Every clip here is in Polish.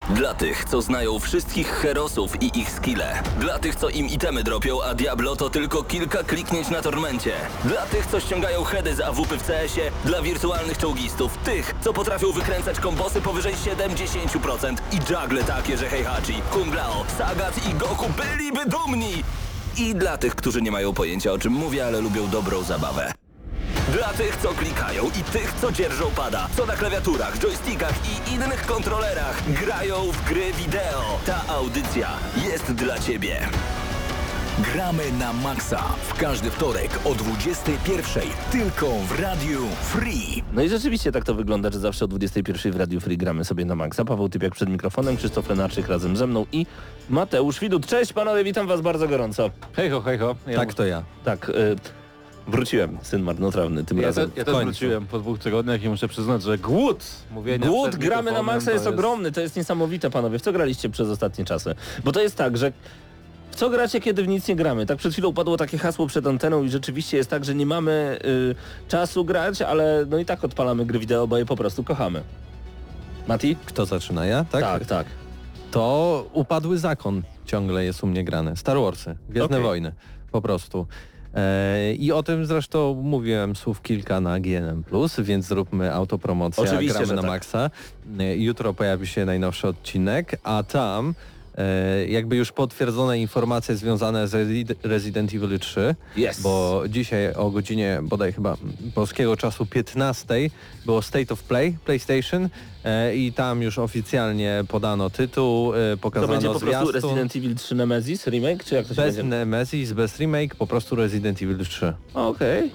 Dla tych, co znają wszystkich herosów i ich skille. Dla tych, co im itemy dropią, a Diablo to tylko kilka kliknięć na tormencie. Dla tych, co ściągają heady z AWP w CS-ie. Dla wirtualnych czołgistów. Tych, co potrafią wykręcać kombosy powyżej 70% i juggle takie, że Heihachi, Kung Lao, Sagat i Goku byliby dumni. I dla tych, którzy nie mają pojęcia, o czym mówię, ale lubią dobrą zabawę. Dla tych, co klikają i tych, co dzierżą pada, co na klawiaturach, joystickach i innych kontrolerach grają w gry wideo. Ta audycja jest dla Ciebie. Gramy na maksa w każdy wtorek o 21:00 tylko w Radiu Free. No i rzeczywiście tak to wygląda, że zawsze o 21:00 w Radiu Free gramy sobie na maksa. Paweł Typiak przed mikrofonem, Krzysztof Lenarczyk razem ze mną i Mateusz Widut. Cześć panowie, witam was bardzo gorąco. Hejho, hejho. Tak, to ja. Tak, wróciłem, syn marnotrawny tym razem. Ja też wróciłem po 2 tygodniach i muszę przyznać, że głód mówienia Głód przed gramy na mikrofonem maksa jest ogromny, to jest niesamowite panowie. W co graliście przez ostatnie czasy? Bo to jest tak, że w co gracie, kiedy w nic nie gramy? Tak przed chwilą padło takie hasło przed anteną i rzeczywiście jest tak, że nie mamy czasu grać, ale no i tak odpalamy gry wideo, bo je po prostu kochamy. Mati? Kto zaczyna? Ja? Tak? Tak. To Upadły Zakon ciągle jest u mnie grane. Star Warsy, Gwiezdne Okej. Wojny. Po prostu. I o tym zresztą mówiłem słów kilka na GNM+, więc zróbmy autopromocję. Oczywiście, Gramy że na tak. maksa. Jutro pojawi się najnowszy odcinek, a tam jakby już potwierdzone informacje związane z Resident Evil 3, Yes. bo dzisiaj o godzinie bodaj chyba polskiego czasu 15 było State of Play PlayStation i tam już oficjalnie podano tytuł, To pokazano będzie po prostu zwiastun. Resident Evil 3 Nemesis remake, czy jak to się Bez będzie? Nemesis, bez remake, po prostu Resident Evil 3. Okej.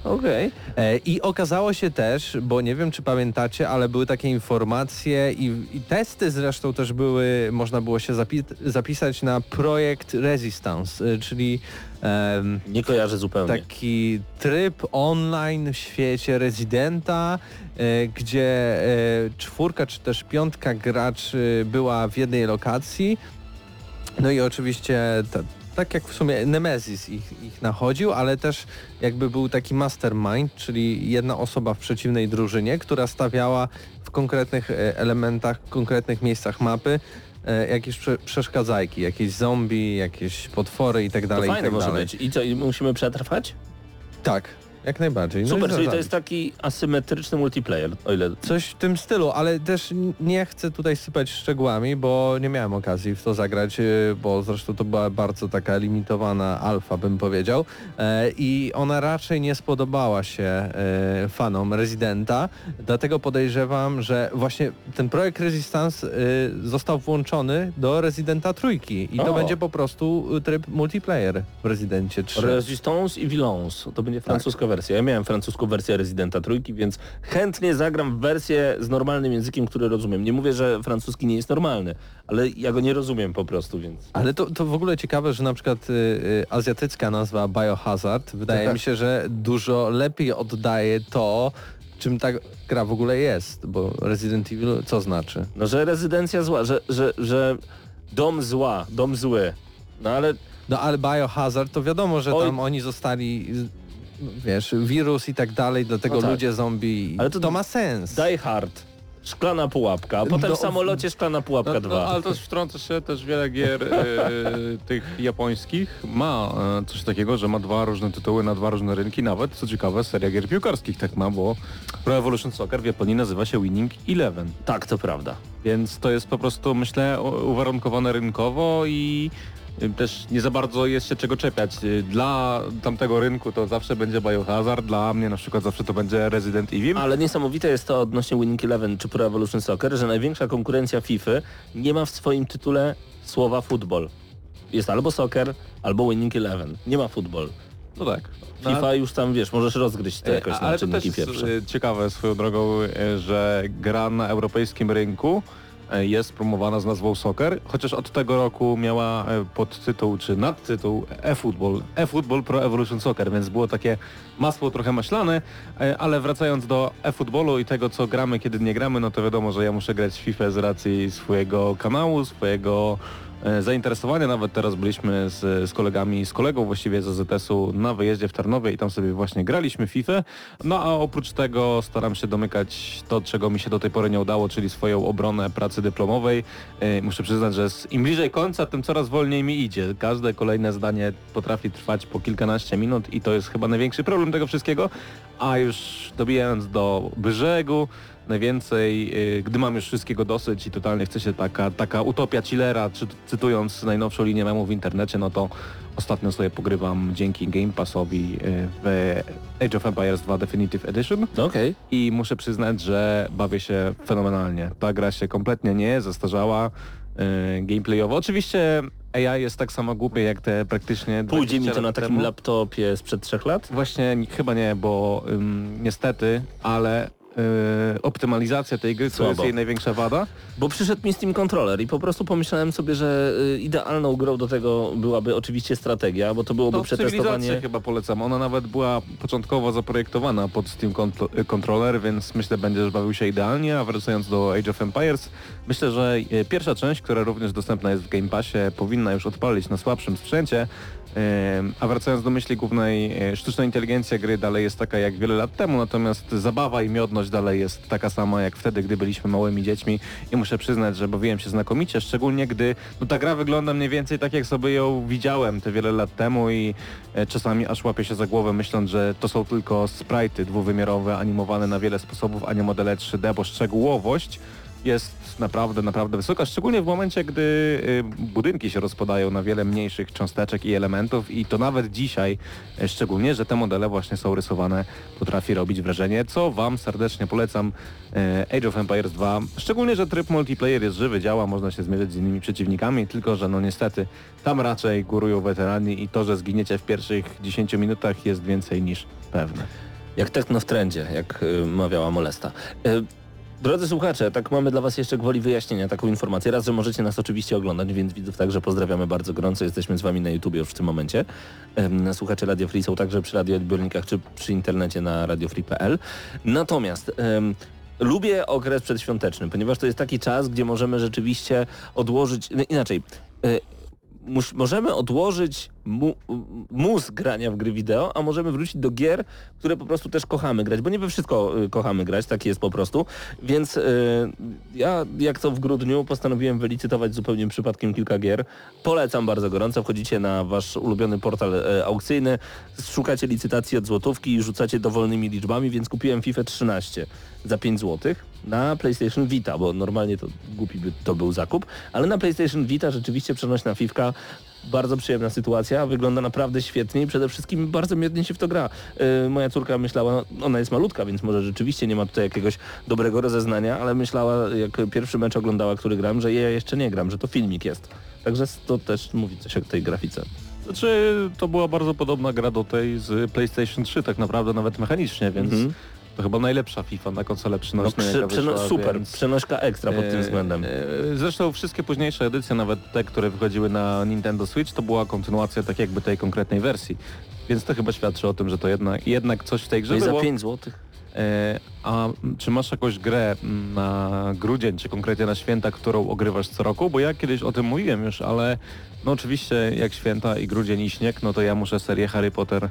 I okazało się też, bo nie wiem czy pamiętacie, ale były takie informacje i testy zresztą też były, można było się zapisać na projekt Resistance, czyli Nie kojarzę zupełnie. taki tryb online w świecie Residenta, gdzie 4 czy też 5 graczy była w jednej lokacji. No i oczywiście tak jak w sumie Nemesis ich nachodził, ale też jakby był taki mastermind, czyli jedna osoba w przeciwnej drużynie, która stawiała w konkretnych elementach, w konkretnych miejscach mapy jakieś przeszkadzajki, jakieś zombie, jakieś potwory i tak To dalej. fajne i tak może dalej. być. I co, i musimy przetrwać? Tak, jak najbardziej. No Super, i czyli to zaraz. jest taki asymetryczny multiplayer, o ile... Coś w tym stylu, ale też nie chcę tutaj sypać szczegółami, bo nie miałem okazji w to zagrać, bo zresztą to była bardzo taka limitowana alfa, bym powiedział. I ona raczej nie spodobała się fanom Residenta, dlatego podejrzewam, że właśnie ten projekt Resistance został włączony do Residenta trójki i to O. będzie po prostu tryb multiplayer w Residencie 3. Resistance i Violence, to będzie francuska wersja. Ja miałem francuską wersję Residenta trójki, więc chętnie zagram w wersję z normalnym językiem, który rozumiem. Nie mówię, że francuski nie jest normalny, ale ja go nie rozumiem po prostu, więc... Ale to w ogóle ciekawe, że na przykład azjatycka nazwa Biohazard wydaje mi się, że dużo lepiej oddaje to, czym ta gra w ogóle jest, bo Resident Evil co znaczy? No, że rezydencja zła, że dom zła, dom zły. No ale No ale Biohazard to wiadomo, że Oj. tam oni zostali, wiesz, wirus i tak dalej, dlatego No tak. ludzie zombie, Ale to to ma sens. Die Hard, szklana pułapka, a potem No, w samolocie szklana pułapka 2. No, ale też wtrącę się, też wiele gier tych japońskich ma coś takiego, że ma 2 różne tytuły na 2 różne rynki, nawet co ciekawe seria gier piłkarskich tak ma, bo Pro Evolution Soccer w Japonii nazywa się Winning Eleven, Tak, to prawda. więc to jest po prostu myślę uwarunkowane rynkowo i też nie za bardzo jest się czego czepiać. Dla tamtego rynku to zawsze będzie Biohazard, dla mnie na przykład zawsze to będzie Resident Evil. Ale niesamowite jest to odnośnie Winning Eleven czy Pro Evolution Soccer, że największa konkurencja FIFA nie ma w swoim tytule słowa futbol. Jest albo soccer, albo Winning Eleven. Nie ma futbol. No tak. FIFA już tam, wiesz, możesz rozgryźć to jakoś na Ale to też czynniki pierwsze. ciekawe swoją drogą, że gra na europejskim rynku jest promowana z nazwą Soccer, chociaż od tego roku miała podtytuł czy nadtytuł eFootball Pro Evolution Soccer, więc było takie masło trochę maślane, ale wracając do eFootballu i tego co gramy, kiedy nie gramy, no to wiadomo, że ja muszę grać w FIFA z racji swojego kanału, swojego zainteresowania. Nawet teraz byliśmy z kolegami, z kolegą właściwie z AZS-u na wyjeździe w Tarnowie i tam sobie właśnie graliśmy FIFA. No a oprócz tego staram się domykać to, czego mi się do tej pory nie udało, czyli swoją obronę pracy dyplomowej. Muszę przyznać, że im bliżej końca, tym coraz wolniej mi idzie. Każde kolejne zdanie potrafi trwać po kilkanaście minut i to jest chyba największy problem tego wszystkiego. A już dobijając do brzegu, najwięcej, gdy mam już wszystkiego dosyć i totalnie chce się taka utopia chillera, cytując najnowszą linię memów w internecie, no to ostatnio sobie pogrywam dzięki Game Passowi w Age of Empires 2 Definitive Edition. Okej. I muszę przyznać, że bawię się fenomenalnie. Ta gra się kompletnie nie zestarzała gameplayowo. Oczywiście AI jest tak samo głupie jak te praktycznie Pójdzie mi to 20 na lat takim temu. laptopie sprzed 3 lat? Właśnie chyba nie, bo niestety, ale optymalizacja tej gry to Słabo. jest jej największa wada. Bo przyszedł mi Steam Controller i po prostu pomyślałem sobie, że idealną grą do tego byłaby oczywiście strategia, bo to byłoby To przetestowanie... Cywilizację chyba polecam. Ona nawet była początkowo zaprojektowana pod Steam Controller, więc myślę, będziesz bawił się idealnie, a wracając do Age of Empires, myślę, że pierwsza część, która również dostępna jest w Game Passie, powinna już odpalić na słabszym sprzęcie. A wracając do myśli głównej, sztuczna inteligencja gry dalej jest taka jak wiele lat temu, natomiast zabawa i miodność dalej jest taka sama jak wtedy, gdy byliśmy małymi dziećmi i muszę przyznać, że bawiłem się znakomicie, szczególnie gdy ta gra wygląda mniej więcej tak jak sobie ją widziałem te wiele lat temu i czasami aż łapię się za głowę myśląc, że to są tylko sprite'y dwuwymiarowe, animowane na wiele sposobów, a nie modele 3D, bo szczegółowość jest naprawdę wysoka, szczególnie w momencie, gdy budynki się rozpadają na wiele mniejszych cząsteczek i elementów i to nawet dzisiaj, szczególnie, że te modele właśnie są rysowane, potrafi robić wrażenie, co Wam serdecznie polecam. Age of Empires 2, szczególnie, że tryb multiplayer jest żywy, działa, można się zmierzyć z innymi przeciwnikami, tylko że no niestety tam raczej górują weterani i to, że zginiecie w pierwszych 10 minutach jest więcej niż pewne. Jak techno w trendzie, jak mawiała Molesta. Drodzy słuchacze, tak mamy dla Was jeszcze gwoli wyjaśnienia taką informację. Raz, że możecie nas oczywiście oglądać, więc widzów także pozdrawiamy bardzo gorąco. Jesteśmy z Wami na YouTubie już w tym momencie. Słuchacze Radio Free są także przy radioodbiornikach czy przy internecie na radiofree.pl. Natomiast lubię okres przedświąteczny, ponieważ to jest taki czas, gdzie możemy rzeczywiście odłożyć... Inaczej... Możemy odłożyć mus grania w gry wideo, a możemy wrócić do gier, które po prostu też kochamy grać, bo nie we wszystko kochamy grać, tak jest po prostu, więc ja jak to w grudniu postanowiłem wylicytować zupełnie przypadkiem kilka gier. Polecam bardzo gorąco, wchodzicie na wasz ulubiony portal aukcyjny, szukacie licytacji od złotówki i rzucacie dowolnymi liczbami, więc kupiłem FIFA 13 za 5 zł na PlayStation Vita, bo normalnie to głupi by to był zakup, ale na PlayStation Vita rzeczywiście przenośna Fifka, bardzo przyjemna sytuacja, wygląda naprawdę świetnie i przede wszystkim bardzo miodnie się w to gra. Moja córka myślała, ona jest malutka, więc może rzeczywiście nie ma tutaj jakiegoś dobrego rozeznania, ale myślała, jak pierwszy mecz oglądała, który gram, że ja jeszcze nie gram, że to filmik jest. Także to też mówi coś o tej grafice. Znaczy, to była bardzo podobna gra do tej z PlayStation 3, tak naprawdę nawet mechanicznie, więc to chyba najlepsza FIFA na konsolę przynośną, jaka wyszła, super, więc... przenośka ekstra pod tym względem. Zresztą wszystkie późniejsze edycje, nawet te, które wychodziły na Nintendo Switch, to była kontynuacja tak jakby tej konkretnej wersji. Więc to chyba świadczy o tym, że to jednak coś w tej grze No i było. za 5 zł. A czy masz jakąś grę na grudzień, czy konkretnie na święta, którą ogrywasz co roku? Bo ja kiedyś o tym mówiłem już, ale no oczywiście jak święta i grudzień i śnieg, no to ja muszę serię Harry Potter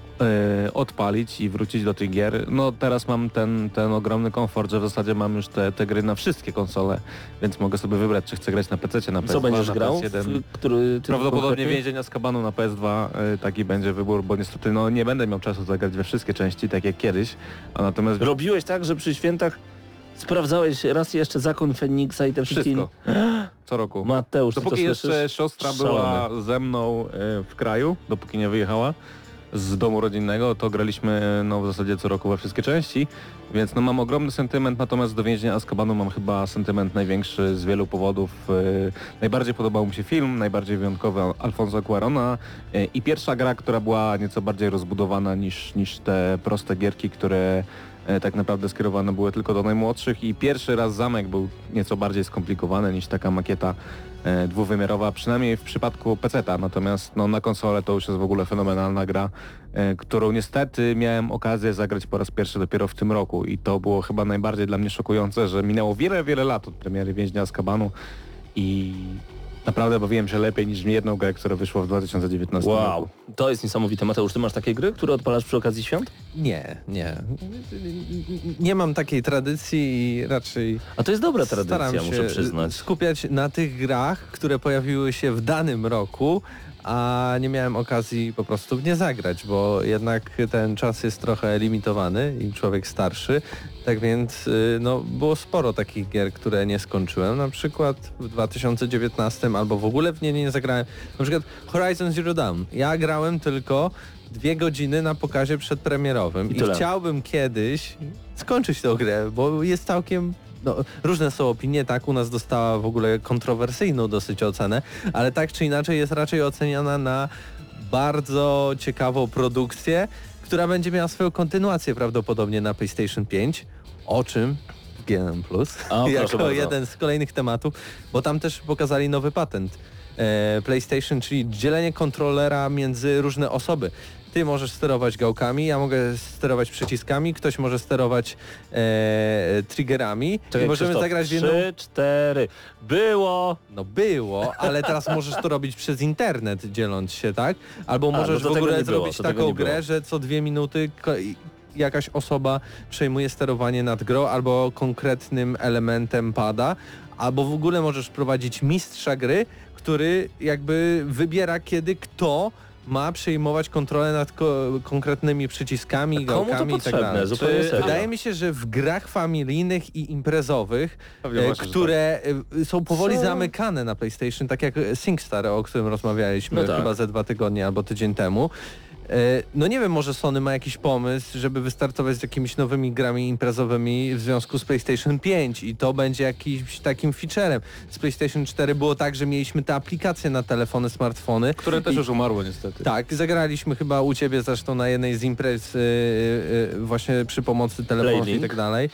odpalić i wrócić do tych gier. No teraz mam ten ogromny komfort, że w zasadzie mam już te gry na wszystkie konsole, więc mogę sobie wybrać, czy chcę grać na PC, na PS2, Co będziesz na grał? PS1. Który Prawdopodobnie konkretnie? Więzień Azkabanu na PS2 taki będzie wybór, bo niestety no nie będę miał czasu zagrać we wszystkie części, tak jak kiedyś, a natomiast Robiłeś tak, że przy świętach sprawdzałeś raz jeszcze Zakon Feniksa i te wszystkie... wszystko. Co roku. Mateusz, ty to Dopóki słyszysz? jeszcze siostra była Szalony. ze mną w kraju, dopóki nie wyjechała z domu rodzinnego, to graliśmy no w zasadzie co roku we wszystkie części, więc no mam ogromny sentyment, natomiast do Więźnia Azkabanu mam chyba sentyment największy z wielu powodów. Najbardziej podobał mi się film, najbardziej wyjątkowy Alfonso Cuarona i pierwsza gra, która była nieco bardziej rozbudowana niż te proste gierki, które tak naprawdę skierowane były tylko do najmłodszych i pierwszy raz zamek był nieco bardziej skomplikowany niż taka makieta dwuwymiarowa, przynajmniej w przypadku PC-ta, natomiast no, na konsolę to już jest w ogóle fenomenalna gra, którą niestety miałem okazję zagrać po raz pierwszy dopiero w tym roku i to było chyba najbardziej dla mnie szokujące, że minęło wiele lat od premiery Więźnia Azkabanu i Naprawdę bawiłem się lepiej niż w jedną grę, która wyszła w 2019 Wow, roku. to jest niesamowite. Mateusz, ty masz takie gry, które odpalasz przy okazji świąt? Nie mam takiej tradycji i raczej A to jest dobra staram tradycja, się muszę przyznać. skupiać na tych grach, które pojawiły się w danym roku, a nie miałem okazji po prostu w nie zagrać, bo jednak ten czas jest trochę limitowany, im człowiek starszy. Tak więc no, było sporo takich gier, które nie skończyłem. Na przykład w 2019 albo w ogóle w nie zagrałem. Na przykład Horizon Zero Dawn. Ja grałem tylko 2 godziny na pokazie przedpremierowym I i tyle. chciałbym kiedyś skończyć tę grę, bo jest całkiem... No, różne są opinie, tak, u nas dostała w ogóle kontrowersyjną dosyć ocenę, ale tak czy inaczej jest raczej oceniana na bardzo ciekawą produkcję, która będzie miała swoją kontynuację prawdopodobnie na PlayStation 5, o czym w GNM+, O, proszę jako bardzo. jeden z kolejnych tematów, bo tam też pokazali nowy patent PlayStation, czyli dzielenie kontrolera między różne osoby. Ty możesz sterować gałkami, ja mogę sterować przyciskami, ktoś może sterować triggerami i możemy Krzysztof, zagrać w jedną... 3, 4. Było! No było, ale teraz możesz to robić przez internet, dzieląc się, tak? Albo możesz no w to tego ogóle nie było, zrobić to tego taką nie było. grę, że co 2 minuty jakaś osoba przejmuje sterowanie nad grą albo konkretnym elementem pada, albo w ogóle możesz prowadzić mistrza gry, który jakby wybiera kiedy kto ma przejmować kontrolę nad konkretnymi przyciskami, A komu to gałkami i tak potrzebne? dalej. Zupełnie serio. Wydaje mi się, że w grach familijnych i imprezowych, Pewnie właśnie, że które są powoli Są- zamykane na PlayStation, tak jak SingStar, o którym rozmawialiśmy No tak. chyba ze 2 tygodnie albo tydzień temu. No nie wiem, może Sony ma jakiś pomysł, żeby wystartować z jakimiś nowymi grami imprezowymi w związku z PlayStation 5 i to będzie jakimś takim featurem. Z PlayStation 4 było tak, że mieliśmy te aplikacje na telefony, smartfony. Które też I- już umarło niestety. Tak, zagraliśmy chyba u Ciebie zresztą na jednej z imprez właśnie przy pomocy telefonów i Playlink. tak dalej.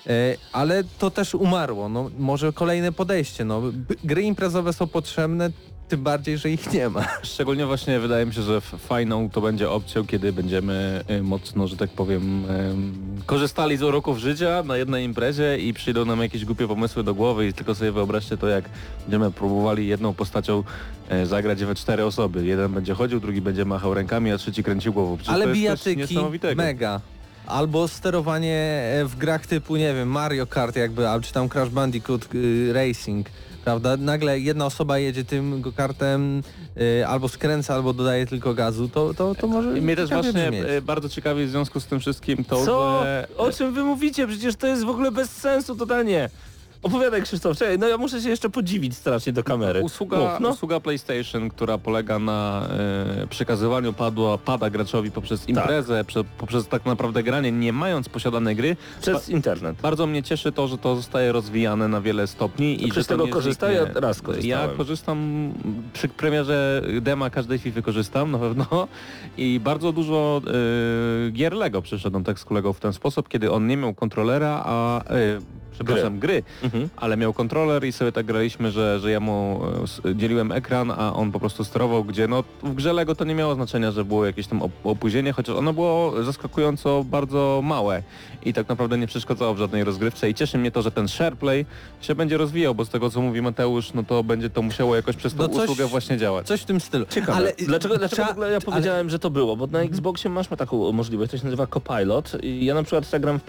Ale to też umarło. No, może kolejne podejście. No, gry imprezowe są potrzebne, tym bardziej, że ich nie ma. Szczególnie właśnie wydaje mi się, że fajną to będzie opcją, kiedy będziemy mocno, że tak powiem, korzystali z uroków życia na jednej imprezie i przyjdą nam jakieś głupie pomysły do głowy i tylko sobie wyobraźcie to, jak będziemy próbowali jedną postacią zagrać we 4 osoby. Jeden będzie chodził, drugi będzie machał rękami, a trzeci kręcił głową. Przecież Ale to jest coś bijatyki niesamowitego. mega. Albo sterowanie w grach typu, nie wiem, Mario Kart jakby, albo czy tam Crash Bandicoot Racing, prawda? Nagle jedna osoba jedzie tym go-kartem, albo skręca, albo dodaje tylko gazu, to może I mnie też ciekawie właśnie brzmieć. bardzo ciekawi w związku z tym wszystkim to, Co? że... O czym wy mówicie? Przecież to jest w ogóle bez sensu totalnie. Opowiadaj, Krzysztof, czekaj, no ja muszę się jeszcze podziwić strasznie do kamery. Usługa, Mów, no. usługa PlayStation, która polega na przekazywaniu pada graczowi poprzez imprezę, poprzez tak naprawdę granie, nie mając posiadanej gry. Przez internet. Bardzo mnie cieszy to, że to zostaje rozwijane na wiele stopni. Ktoś że z to tego nie korzysta? zniknie. Ja raz korzystałem. Ja korzystam przy premierze dema każdej FIFA korzystam na pewno i bardzo dużo gier Lego przeszedłem tak z kolegą w ten sposób, kiedy on nie miał kontrolera, a przepraszam, gry, ale miał kontroler i sobie tak graliśmy, że ja mu dzieliłem ekran, a on po prostu sterował, gdzie no w grze Lego to nie miało znaczenia, że było jakieś tam opóźnienie, chociaż ono było zaskakująco bardzo małe i tak naprawdę nie przeszkadzało w żadnej rozgrywce i cieszy mnie to, że ten SharePlay się będzie rozwijał, bo z tego co mówi Mateusz, no to będzie to musiało jakoś przez tą No coś- usługę właśnie działać. Coś w tym stylu. Ciekawe. Ale Dlaczego w ogóle ja powiedziałem, że to było? Bo na Mhm. Xboxie masz taką możliwość, to się nazywa Copilot i ja na przykład tak gram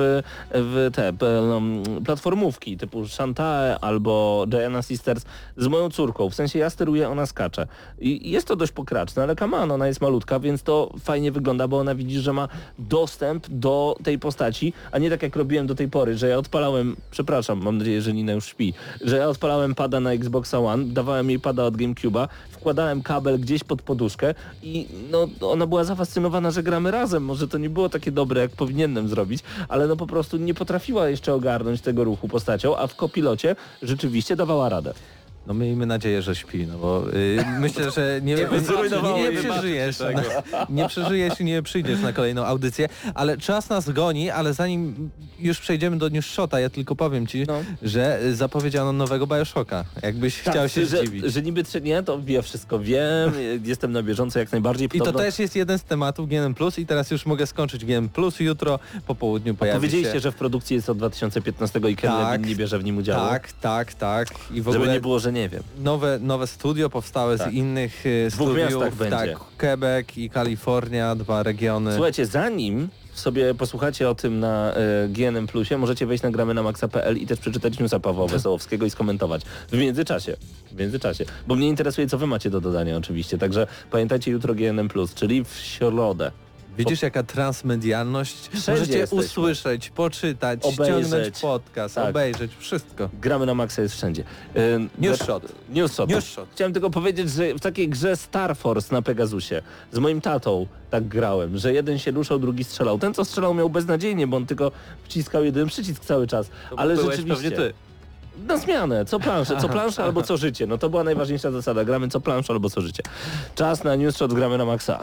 w te platformówki typu Shantae albo Giana Sisters z moją córką, w sensie ja steruję, ona skacze. I jest to dość pokraczne, ale come on, ona jest malutka, więc to fajnie wygląda, bo ona widzi, że ma dostęp do tej postaci, a nie tak jak robiłem do tej pory, że ja odpalałem, przepraszam, mam nadzieję, że Nina już śpi, że ja odpalałem pada na Xboxa One, dawałem jej pada od GameCube'a, wkładałem kabel gdzieś pod poduszkę i no ona była zafascynowana, że gramy razem. Może to nie było takie dobre, jak powinienem zrobić, ale no po prostu nie potrafiła jeszcze ogarnąć tego ruchu postacią, a w Copilocie rzeczywiście dawała radę. No miejmy nadzieję, że śpi, no bo myślę, że nie przeżyjesz. Nie przeżyjesz i nie przyjdziesz na kolejną audycję, ale czas nas goni, ale zanim już przejdziemy do News Shota, ja tylko powiem Ci, że zapowiedziano nowego Bioshocka. Jakbyś chciał się zdziwić. Że niby nie, to ja wszystko wiem, jestem na bieżąco jak najbardziej. I to Podobno też jest jeden z tematów GNM+, i teraz już mogę skończyć GNM+, jutro po południu pojawi powiedzieliście, się... że w produkcji jest od 2015 i Ken Tak. Levin nie bierze w nim udziału. Tak. I w Żeby ogóle... nie było, że nie wiem. Nowe studio powstałe Tak. z innych dwóch studiów. miastach będzie. Tak, Quebec i Kalifornia, 2 regiony. Słuchajcie, zanim sobie posłuchacie o tym na GNM Plusie, możecie wejść na gramy na maxa.pl i też przeczytać newsa Pawła Wesołowskiego i skomentować. W międzyczasie. Bo mnie interesuje, co wy macie do dodania oczywiście. Także pamiętajcie jutro GNM Plus, czyli w środę. Widzisz jaka transmedialność? Wszędzie Możecie jesteśmy. usłyszeć, poczytać, Obejrzeć. ściągnąć podcast, Tak. obejrzeć, wszystko. Gramy na Maxa jest wszędzie. News shot. News shot. News shot. Chciałem tylko powiedzieć, że w takiej grze Star Force na Pegasusie z moim tatą tak grałem, że jeden się ruszał, drugi strzelał. Ten, co strzelał, miał beznadziejnie, bo on tylko wciskał jeden przycisk cały czas. Ale byłeś rzeczywiście... pewnie ty. Na zmianę, co planszę albo co życie. No to była najważniejsza zasada. Gramy co planszę albo co życie. Czas na News Shot, gramy na Maxa.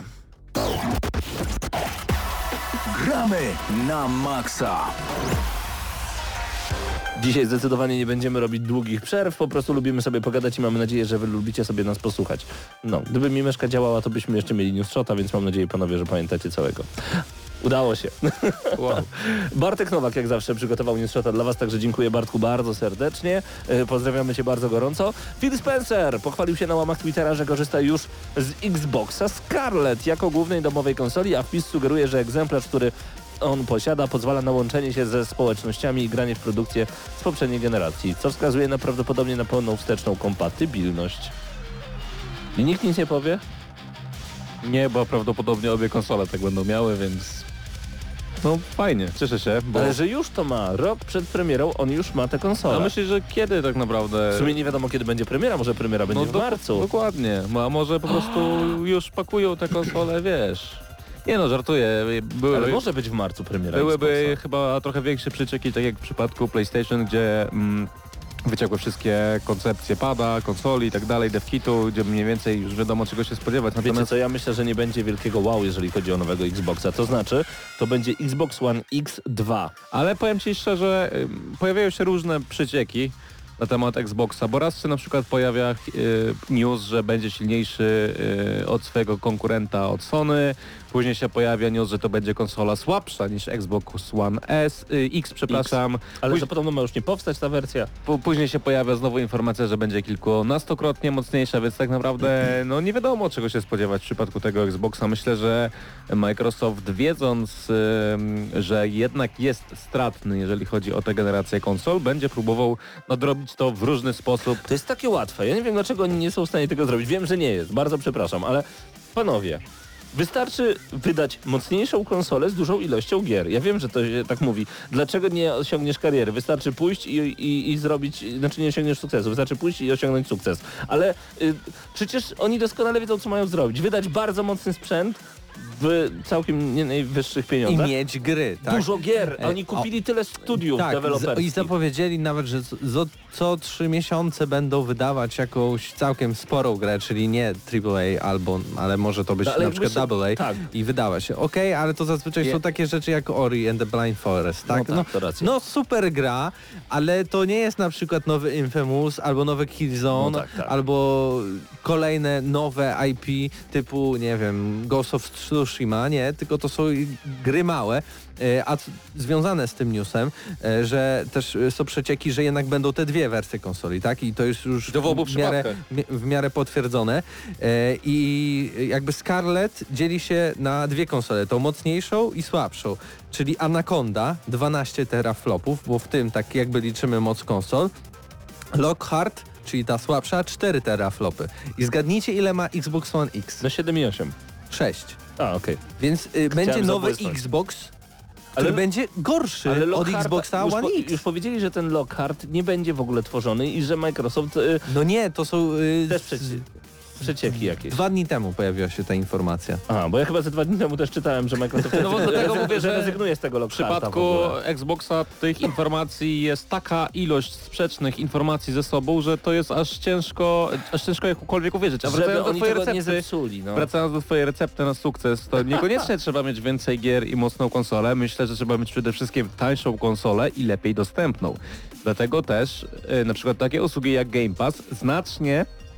Gramy na maksa. Dzisiaj zdecydowanie nie będziemy robić długich przerw, po prostu lubimy sobie pogadać i mamy nadzieję, że wy lubicie sobie nas posłuchać. No, gdyby mi myszka działała, to byśmy jeszcze mieli News Shota, więc mam nadzieję, panowie, że pamiętacie całego. Udało się. Wow. Bartek Nowak jak zawsze przygotował News Shota dla was, także dziękuję Bartku bardzo serdecznie. Pozdrawiamy cię bardzo gorąco. Phil Spencer pochwalił się na łamach Twittera, że korzysta już z Xboxa Scarlett jako głównej domowej konsoli, a wpis sugeruje, że egzemplarz, który on posiada, pozwala na łączenie się ze społecznościami i granie w produkcję z poprzedniej generacji, co wskazuje na prawdopodobnie na pełną wsteczną kompatybilność. I nikt nic nie powie? Nie, bo prawdopodobnie obie konsole tak będą miały, więc no fajnie, cieszę się, bo... Ale że już to ma, rok przed premierą on już ma tę konsolę. A myślę, że kiedy tak naprawdę... W sumie nie wiadomo kiedy będzie premiera, może premiera będzie w marcu. Dokładnie, a może po prostu już pakują te konsole, wiesz... Nie no, żartuję. Ale może być w marcu premiera Byłyby Xboxa. chyba trochę większe przecieki, tak jak w przypadku PlayStation, gdzie wyciekły wszystkie koncepcje pada, konsoli i tak dalej, devkitu, gdzie mniej więcej już wiadomo czego się spodziewać. Wiecie co, ja myślę, że nie będzie wielkiego wow, jeżeli chodzi o nowego Xboxa. To znaczy, to będzie Xbox One X2. Ale powiem Ci szczerze, pojawiają się różne przecieki na temat Xboxa, bo raz się na przykład pojawia news, że będzie silniejszy od swojego konkurenta od Sony, później się pojawia news, że to będzie konsola słabsza niż Xbox One X, przepraszam. Ale że podobno ma już nie powstać ta wersja. Później się pojawia znowu informacja, że będzie kilkunastokrotnie mocniejsza, więc tak naprawdę no nie wiadomo czego się spodziewać w przypadku tego Xboxa. Myślę, że Microsoft wiedząc, że jednak jest stratny, jeżeli chodzi o tę generację konsol, będzie próbował nadrobić to w różny sposób. To jest takie łatwe. Ja nie wiem, dlaczego oni nie są w stanie tego zrobić. Wiem, że nie jest. Bardzo przepraszam, ale panowie, wystarczy wydać mocniejszą konsolę z dużą ilością gier. Ja wiem, że to się tak mówi. Dlaczego nie osiągniesz kariery? Wystarczy pójść i zrobić, znaczy nie osiągniesz sukcesu. Wystarczy pójść i osiągnąć sukces. Ale przecież oni doskonale wiedzą, co mają zrobić. Wydać bardzo mocny sprzęt w całkiem nie najwyższych I pieniądzach. mieć gry, tak? Dużo gier. Oni kupili tyle studiów Tak, deweloperskich. i zapowiedzieli nawet, że co 3 miesiące będą wydawać jakąś całkiem sporą grę, czyli nie AAA ale może to być No, ale na przykład AA tak. i wydawać się. Okej, ale to zazwyczaj są takie rzeczy jak Ori and the Blind Forest, tak? No tak, to racja. No super gra, ale to nie jest na przykład nowy Infamous albo nowy Killzone, No tak. albo kolejne nowe IP typu, nie wiem, Ghost of Tsushima, nie, tylko to są gry małe, a związane z tym newsem, że też są przecieki, że jednak będą te dwie wersje konsoli, tak? I to jest już To w obu przypadkach. w miarę potwierdzone. I jakby Scarlett dzieli się na dwie konsole, tą mocniejszą i słabszą, czyli Anaconda 12 teraflopów, bo w tym tak jakby liczymy moc konsol, Lockhart, czyli ta słabsza, 4 teraflopy. I zgadnijcie ile ma Xbox One X? No 7,8. 6. A, okej. Więc będzie nowy zabłysnąć. Xbox, który będzie gorszy od Lockhart- Xboxa już One X. Już powiedzieli, że ten Lockhart nie będzie w ogóle tworzony i że Microsoft No nie, to są... też przecieki jakieś. 2 dni temu pojawiła się ta informacja. A, bo ja chyba ze 2 dni temu też czytałem, że Microsoft No bo dlatego mówię, że rezygnuje z tego W Lockharta przypadku w ogóle. Xboxa tych informacji jest taka ilość sprzecznych informacji ze sobą, że to jest aż ciężko jakkolwiek uwierzyć. A Żeby wracając do oni twojej tego nie recepty, zepsuli, no. wracając do twojej recepty na sukces, to niekoniecznie trzeba mieć więcej gier i mocną konsolę. Myślę, że trzeba mieć przede wszystkim tańszą konsolę i lepiej dostępną. Dlatego też na przykład takie usługi jak Game Pass znacznie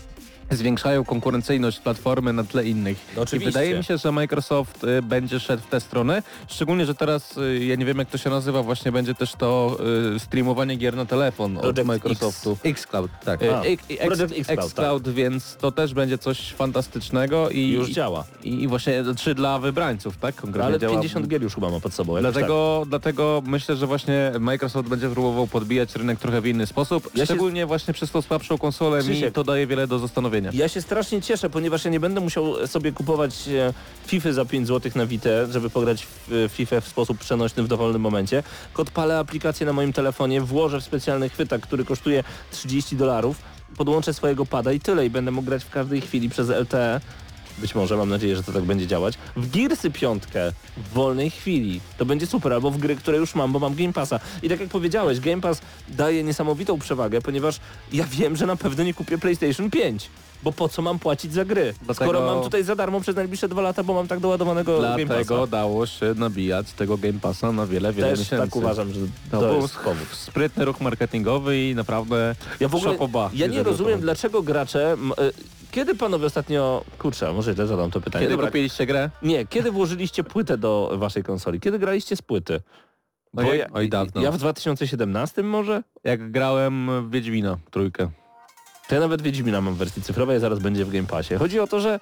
zwiększają konkurencyjność platformy na tle innych. No I oczywiście. wydaje mi się, że Microsoft będzie szedł w tę stronę, szczególnie, że teraz, ja nie wiem jak to się nazywa, właśnie będzie też to streamowanie gier na telefon od Project Microsoftu. xCloud, tak. Project xCloud, xCloud, więc to też będzie coś fantastycznego i Już działa. I właśnie czy dla wybrańców, tak? Konkretnie Ale działa. 50 gier już chyba ma pod sobą. jakoś Dlatego myślę, że właśnie Microsoft będzie próbował podbijać rynek trochę w inny sposób. Ja się- Szczególnie właśnie przez tą słabszą konsolę mi Krzysiek, to daje wiele do zastanowienia. Ja się strasznie cieszę, ponieważ ja nie będę musiał sobie kupować FIFA za 5 zł na Vita, żeby pograć w FIFA w sposób przenośny w dowolnym momencie. Tylko odpalę aplikację na moim telefonie, włożę w specjalny chwytak, który kosztuje $30, podłączę swojego pada i tyle. I będę mógł grać w każdej chwili przez LTE. Być może, mam nadzieję, że to tak będzie działać. W Gearsy 5 w wolnej chwili. To będzie super, albo w gry, które już mam, bo mam Game Passa. I tak jak powiedziałeś, Game Pass daje niesamowitą przewagę, ponieważ ja wiem, że na pewno nie kupię PlayStation 5. Bo po co mam płacić za gry? Dlatego- Skoro mam tutaj za darmo przez najbliższe 2 lata, bo mam tak doładowanego Game Dlatego Passa. dało się nabijać tego Game Passa na wiele Też miesięcy. tak uważam, że To to był jest powód. sprytny ruch marketingowy i naprawdę Ja w ogóle, szapoba, ja jeżeli nie o to rozumiem, chodzi. dlaczego gracze... Kiedy panowie ostatnio... Kurczę, może źle zadam to pytanie. Kiedy Dobra, kupiliście grę? nie, kiedy włożyliście płytę do waszej konsoli? Kiedy graliście z płyty? Oj, dawno. Ja w 2017 może? Jak grałem w Wiedźmina trójkę. To ja nawet Wiedźmina mam w wersji cyfrowej, a zaraz będzie w Game Passie. Chodzi o to, że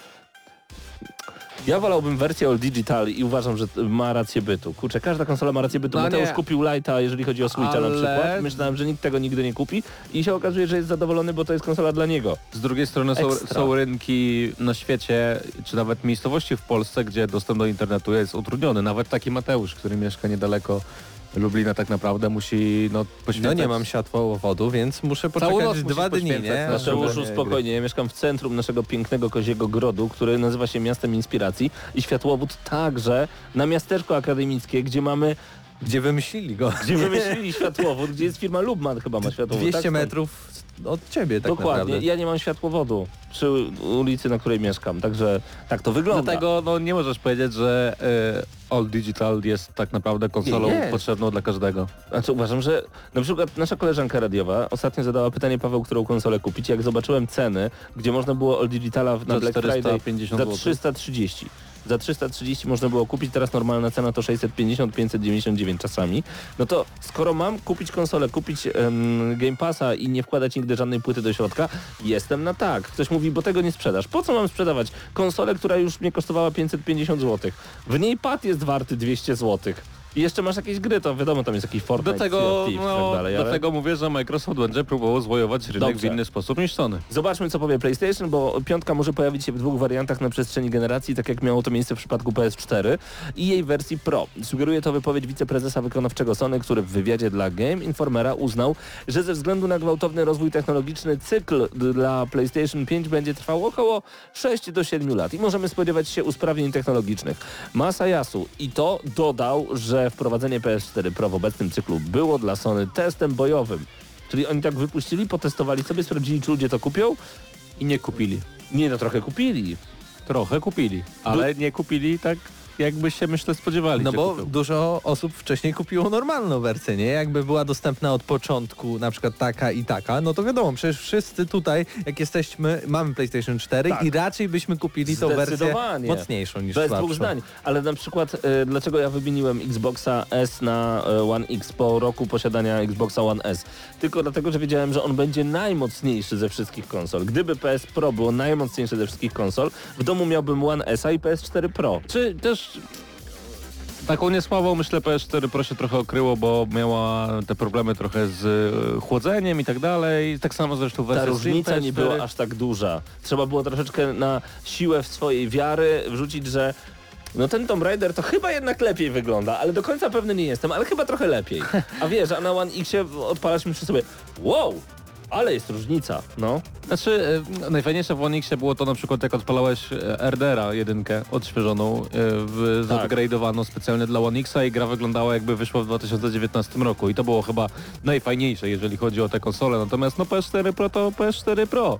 ja wolałbym wersję All Digital i uważam, że ma rację bytu. Kurczę, każda konsola ma rację bytu. No Mateusz nie. kupił Lite'a, jeżeli chodzi o Switcha na Ale- przykład. Myślałem, że nikt tego nigdy nie kupi i się okazuje, że jest zadowolony, bo to jest konsola dla niego. Z drugiej strony Ekstra. są rynki na świecie, czy nawet miejscowości w Polsce, gdzie dostęp do internetu jest utrudniony. Nawet taki Mateusz, który mieszka niedaleko Lublina, tak naprawdę musi poświęcać... No nie mam światłowodu, więc muszę Całą noc poczekać musisz 2 dni, poświęcać nie? na Żeby- Mateuszu, spokojnie, ja mieszkam w centrum naszego pięknego Koziego Grodu, który nazywa się Miastem Inspiracji i światłowód także na miasteczko akademickie, gdzie mamy, Gdzie wymyślili go? gdzie wymyślili światłowód, gdzie jest firma Lubman chyba ma światłowód. 200 tak? metrów od ciebie tak Dokładnie, naprawdę. ja nie mam światłowodu przy ulicy, na której mieszkam, także tak to wygląda. Dlatego nie możesz powiedzieć, że All Digital jest tak naprawdę konsolą Nie jest. potrzebną dla każdego. Znaczy uważam, że na przykład nasza koleżanka radiowa ostatnio zadała pytanie, Paweł, którą konsolę kupić. Jak zobaczyłem ceny, gdzie można było All Digitala na Za Black Friday 450 za zł. 330. Za 330 można było kupić, teraz normalna cena to 650, 599 czasami. No to skoro mam kupić konsolę, kupić Game Passa i nie wkładać nigdy żadnej płyty do środka, jestem na tak. Ktoś mówi, bo tego nie sprzedasz. Po co mam sprzedawać konsolę, która już mnie kosztowała 550 zł? W niej pad jest warty 200 zł. I jeszcze masz jakieś gry, to wiadomo, tam jest jakiś Fortnite, Dlatego, Sea of Thieves i tak dalej, ale... dlatego mówię, że Microsoft będzie próbował zwojować rynek Dobrze. w inny sposób niż Sony. Zobaczmy, co powie PlayStation, bo piątka może pojawić się w 2 wariantach na przestrzeni generacji, tak jak miało to miejsce w przypadku PS4 i jej wersji Pro. Sugeruje to wypowiedź wiceprezesa wykonawczego Sony, który w wywiadzie dla Game Informera uznał, że ze względu na gwałtowny rozwój technologiczny cykl dla PlayStation 5 będzie trwał około 6 do 7 lat i możemy spodziewać się usprawnień technologicznych. Masayasu i to dodał, że wprowadzenie PS4 Pro w obecnym cyklu było dla Sony testem bojowym. Czyli oni tak wypuścili, potestowali sobie, sprawdzili, czy ludzie to kupią. I nie kupili. Nie, no trochę kupili. Trochę kupili, ale nie kupili tak, jakby się myślę spodziewali. No że bo kupią. dużo osób wcześniej kupiło normalną wersję, nie? Jakby była dostępna od początku, na przykład taka i taka, no to wiadomo, przecież wszyscy tutaj, jak jesteśmy, mamy PlayStation 4 Tak. i raczej byśmy kupili tą wersję Zdecydowanie. mocniejszą niż Bez słabszą. dwóch zdań. Ale na przykład dlaczego ja wymieniłem Xboxa S na One X po roku posiadania Xboxa One S? Tylko dlatego, że wiedziałem, że on będzie najmocniejszy ze wszystkich konsol. Gdyby PS Pro było najmocniejsze ze wszystkich konsol, w domu miałbym One S i PS4 Pro. Czy też taką niesławą, myślę, PS4 Pro się trochę okryło, bo miała te problemy trochę z chłodzeniem i tak dalej. Tak samo zresztą Ta wersja różnica Slim nie PS4. była aż tak duża. Trzeba było troszeczkę na siłę w swojej wiary wrzucić, że no ten Tomb Raider to chyba jednak lepiej wygląda, ale do końca pewny nie jestem, ale chyba trochę lepiej. A wiesz, a na One Xie odpalasz mi przy sobie, wow, ale jest różnica, no. Znaczy, najfajniejsze w One Xie było to na przykład jak odpalałeś RDR-a jedynkę odświeżoną, Tak. zupgrade'owaną specjalnie dla One Xa i gra wyglądała jakby wyszła w 2019 roku i to było chyba najfajniejsze, jeżeli chodzi o te konsole. Natomiast no PS4 Pro to PS4 Pro.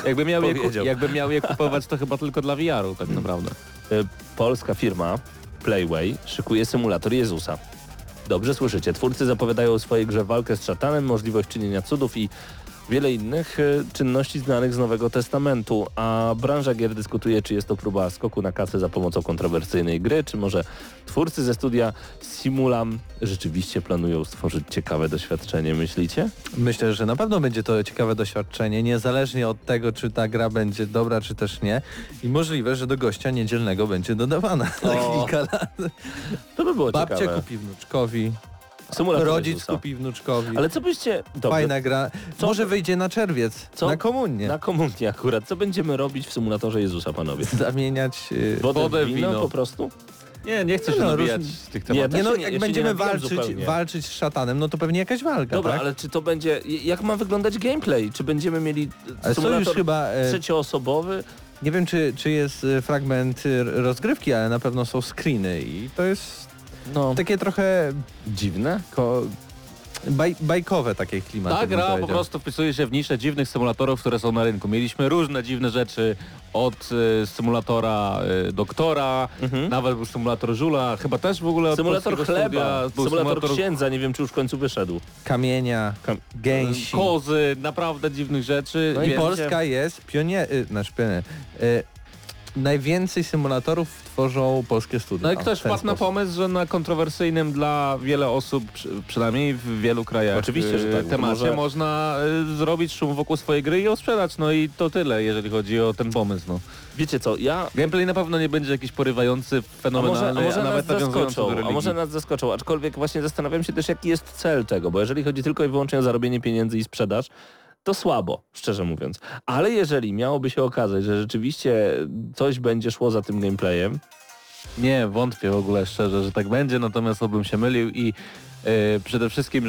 Jakby miał je kupować to chyba tylko dla VR-u tak naprawdę. Polska firma Playway szykuje symulator Jezusa. Dobrze słyszycie, twórcy zapowiadają o swojej grze walkę z szatanem, możliwość czynienia cudów i wiele innych czynności znanych z Nowego Testamentu, a branża gier dyskutuje, czy jest to próba skoku na kasę za pomocą kontrowersyjnej gry, czy może twórcy ze studia Simulam rzeczywiście planują stworzyć ciekawe doświadczenie, myślicie? Myślę, że na pewno będzie to ciekawe doświadczenie, niezależnie od tego, czy ta gra będzie dobra, czy też nie. I możliwe, że do gościa niedzielnego będzie dodawana za kilka lat. To by było Babcia ciekawe. kupi wnuczkowi, Symulator rodzic Jezusa. kupi wnuczkowi. Ale co byście... Dobrze, Fajna gra. Co- Może wyjdzie na czerwiec, Co? na komunię. na komunię akurat. Co będziemy robić w symulatorze Jezusa, panowie? Zamieniać... Wodę w w wino wino. po prostu? Nie chcę się No, nabijać różni- z tych Nie, tematów. Nie no, ja się jak nie będziemy nabijam zupełnie. walczyć z szatanem, no to pewnie jakaś walka, Dobra, tak? ale czy to będzie... Jak ma wyglądać gameplay? Czy będziemy mieli Ale są już symulator chyba... trzecioosobowy? Nie wiem, czy jest fragment rozgrywki, ale na pewno są screeny i to jest No, takie trochę dziwne. bajkowe takie klimaty. Ta bym gra po powiedział. prostu wpisuje się w niszę dziwnych symulatorów, które są na rynku. Mieliśmy różne dziwne rzeczy, od symulatora doktora, nawet był symulator żula, chyba też w ogóle od Symulator polskiego chleba, studia, był symulator księdza, nie wiem czy już w końcu wyszedł. Kamienia, gęsi. kozy, naprawdę dziwnych rzeczy. No i więc- Polska jest najwięcej symulatorów tworzą polskie studia. No i O, ktoś w ten wpadł na sposób. pomysł, że na kontrowersyjnym dla wiele osób, przynajmniej w wielu krajach Oczywiście, że tak, bo temacie może- można zrobić szum wokół swojej gry i ją sprzedać. No i to tyle, jeżeli chodzi o ten pomysł. No. Wiecie co, ja... Gameplay na pewno nie będzie jakiś porywający, fenomenalny, a może nawet nas nawiązujący do zaskoczą, religii. a może nas zaskoczą, aczkolwiek właśnie zastanawiam się też jaki jest cel tego, bo jeżeli chodzi tylko i wyłącznie o zarobienie pieniędzy i sprzedaż, to słabo, szczerze mówiąc. Ale jeżeli miałoby się okazać, że rzeczywiście coś będzie szło za tym gameplayem, Nie, wątpię w ogóle szczerze, że tak będzie, natomiast obym się mylił i przede wszystkim,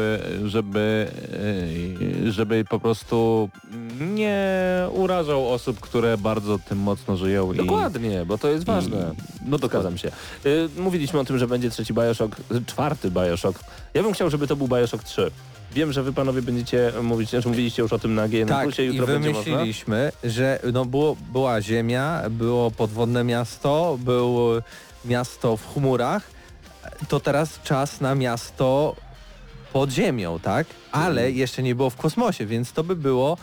żeby po prostu nie urażał osób, które bardzo tym mocno żyją. dokładnie, bo to jest ważne. No Zgadzam się. Mówiliśmy o tym, że będzie trzeci Bioshock, czwarty Bioshock. Ja bym chciał, żeby to był Bioshock 3. Wiem, że wy panowie będziecie mówić, że mówiliście już o tym na GN+, Tak, i jutro będzie można. wymyśliliśmy, że no była ziemia, było podwodne miasto, było miasto w chmurach, to teraz czas na miasto pod ziemią, tak? Ale jeszcze nie było w kosmosie, więc to by było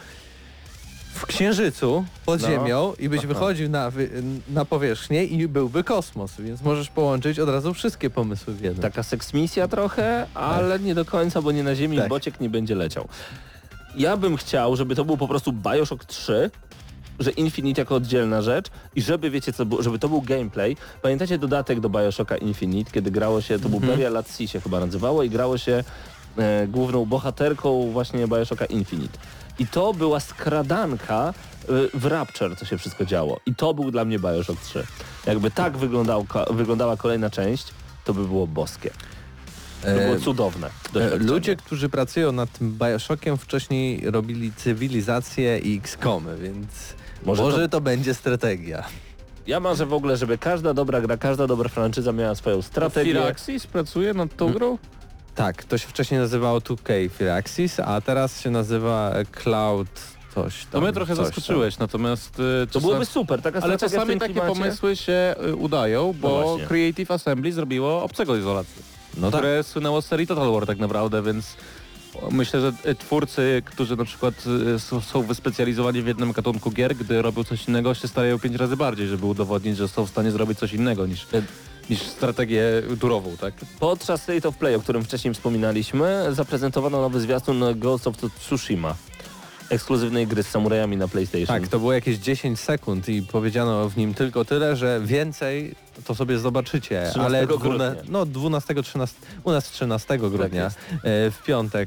w Księżycu pod No. ziemią i byś Aha. wychodził na powierzchnię i byłby kosmos, więc możesz połączyć od razu wszystkie pomysły w jednym. Taka seksmisja trochę, ale nie do końca, bo nie na ziemi Tak. bociek nie będzie leciał. Ja bym chciał, żeby to był po prostu Bioshock 3, że Infinite jako oddzielna rzecz i żeby, wiecie co, żeby to był gameplay. Pamiętacie dodatek do Bioshocka Infinite, kiedy grało się, to był Burial at Sea się chyba nazywało i grało się główną bohaterką właśnie Bioshocka Infinite. I to była skradanka w Rapture, co się wszystko działo. I to był dla mnie Bioshock 3. Jakby tak wyglądała kolejna część, to by było boskie. To było cudowne doświadczenie. Ludzie, którzy pracują nad tym Bioshockiem wcześniej robili Cywilizację i XCOMy, więc może to będzie strategia. Ja marzę w ogóle, żeby każda dobra gra, każda dobra franczyza miała swoją strategię. Firaxis pracuje nad tą grą? Tak, to się wcześniej nazywało 2K Firaxis, a teraz się nazywa Cloud coś tam. To mnie trochę coś zaskoczyłeś, natomiast To byłoby super, taka ale strategia w czasami tym takie klimacie. pomysły się udają, No bo właśnie. Creative Assembly zrobiło Obcego Izolację, No tak. które słynęło z serii Total War tak naprawdę, więc myślę, że twórcy, którzy na przykład są wyspecjalizowani w jednym gatunku gier, gdy robią coś innego, się starają 5 razy bardziej, żeby udowodnić, że są w stanie zrobić coś innego niż strategię turową, tak? Podczas State of Play, o którym wcześniej wspominaliśmy, zaprezentowano nowy zwiastun Ghost of Tsushima. Ekskluzywnej gry z samurajami na PlayStation. Tak, to było jakieś 10 sekund i powiedziano w nim tylko tyle, że więcej to sobie zobaczycie, 13 ale grudnia. 12, 13, u nas 13 grudnia, jest. w piątek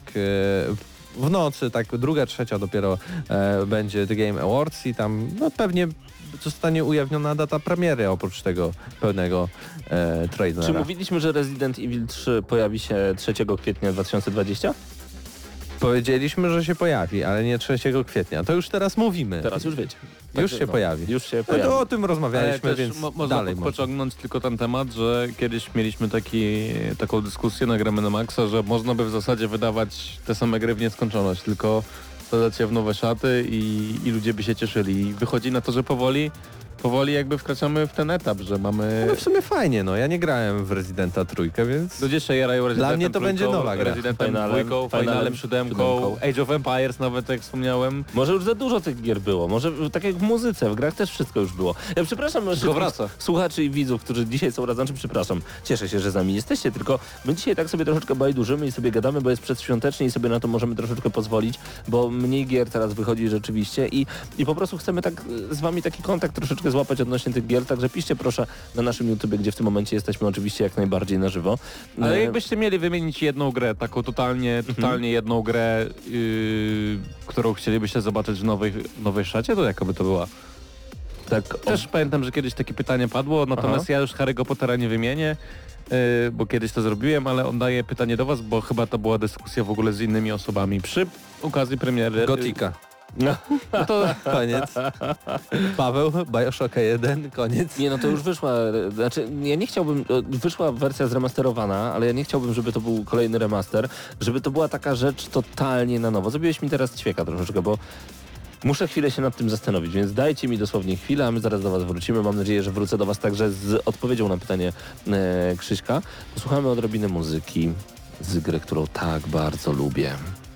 w nocy, tak druga, trzecia dopiero będzie The Game Awards i tam no, pewnie zostanie ujawniona data premiery oprócz tego pełnego trailera. Czy mówiliśmy, że Resident Evil 3 pojawi się 3 kwietnia 2020? Powiedzieliśmy, że się pojawi, ale nie 3 kwietnia. To już teraz mówimy. Teraz już wiecie. Już się pojawi. Już się No pojawi. to o tym rozmawialiśmy, Ale też więc można dalej można. pociągnąć tylko ten temat, że kiedyś mieliśmy taką dyskusję na Gramy na Maxa, że można by w zasadzie wydawać te same gry w nieskończoność, tylko wsadzać je w nowe szaty i ludzie by się cieszyli. I wychodzi na to, że powoli powoli jakby wkraczamy w ten etap, że mamy... Ale w sumie fajnie, no ja nie grałem w Residenta trójkę, więc... Ludzie się jarają Residentem mnie to będzie trójką, nowa gra. Residentem Finalem, dwójką, Finalem, Finalem siódemką, Age of Empires nawet, jak wspomniałem. Może już za dużo tych gier było, może tak jak w muzyce, w grach też wszystko już było. Ja przepraszam Tylko wraca. słuchaczy i widzów, którzy dzisiaj są razem, przepraszam, cieszę się, że z nami jesteście, tylko my dzisiaj tak sobie troszeczkę bajdurzymy i sobie gadamy, bo jest przedświątecznie i sobie na to możemy troszeczkę pozwolić, bo mniej gier teraz wychodzi rzeczywiście i po prostu chcemy tak z wami taki kontakt troszeczkę złapać odnośnie tych gier, także piszcie proszę na naszym YouTubie, gdzie w tym momencie jesteśmy oczywiście jak najbardziej na żywo. Ale jakbyście mieli wymienić jedną grę, taką totalnie jedną grę, którą chcielibyście zobaczyć w nowej szacie, to jaka by to była? Tak, Też pamiętam, że kiedyś takie pytanie padło, natomiast ja już Harry'ego Pottera nie wymienię, bo kiedyś to zrobiłem, ale oddaję pytanie do was, bo chyba to była dyskusja w ogóle z innymi osobami przy okazji premiery. Gotika. no. No to koniec. Paweł, Bioshocka 1, koniec. Nie, no to już wyszła, znaczy ja nie chciałbym, wyszła wersja zremasterowana, ale ja nie chciałbym, żeby to był kolejny remaster, żeby to była taka rzecz totalnie na nowo. Zrobiłeś mi teraz ćwieka troszeczkę, bo muszę chwilę się nad tym zastanowić, więc dajcie mi dosłownie chwilę, a my zaraz do was wrócimy. Mam nadzieję, że wrócę do was także z odpowiedzią na pytanie Krzyśka. Posłuchamy odrobinę muzyki z gry, którą tak bardzo lubię.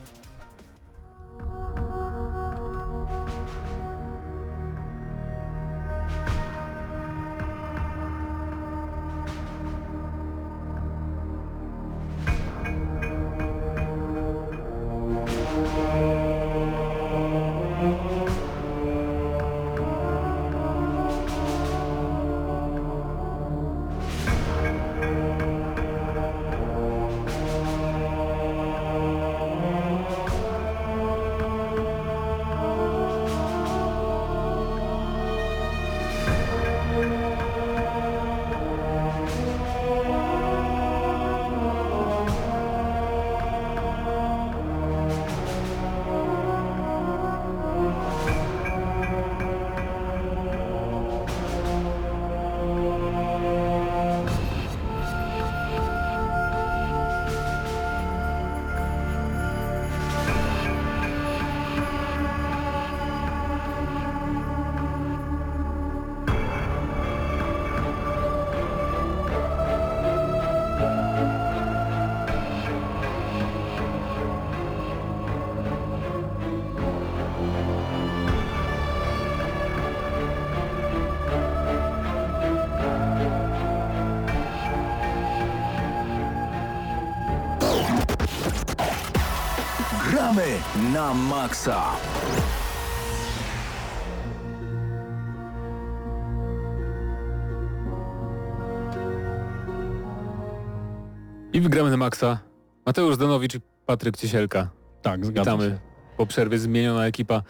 Gramy na maksa. I wygramy na maksa. Mateusz Danowicz i Patryk Ciesielka. Tak, zgadzam Witamy się. po przerwie, zmieniona ekipa.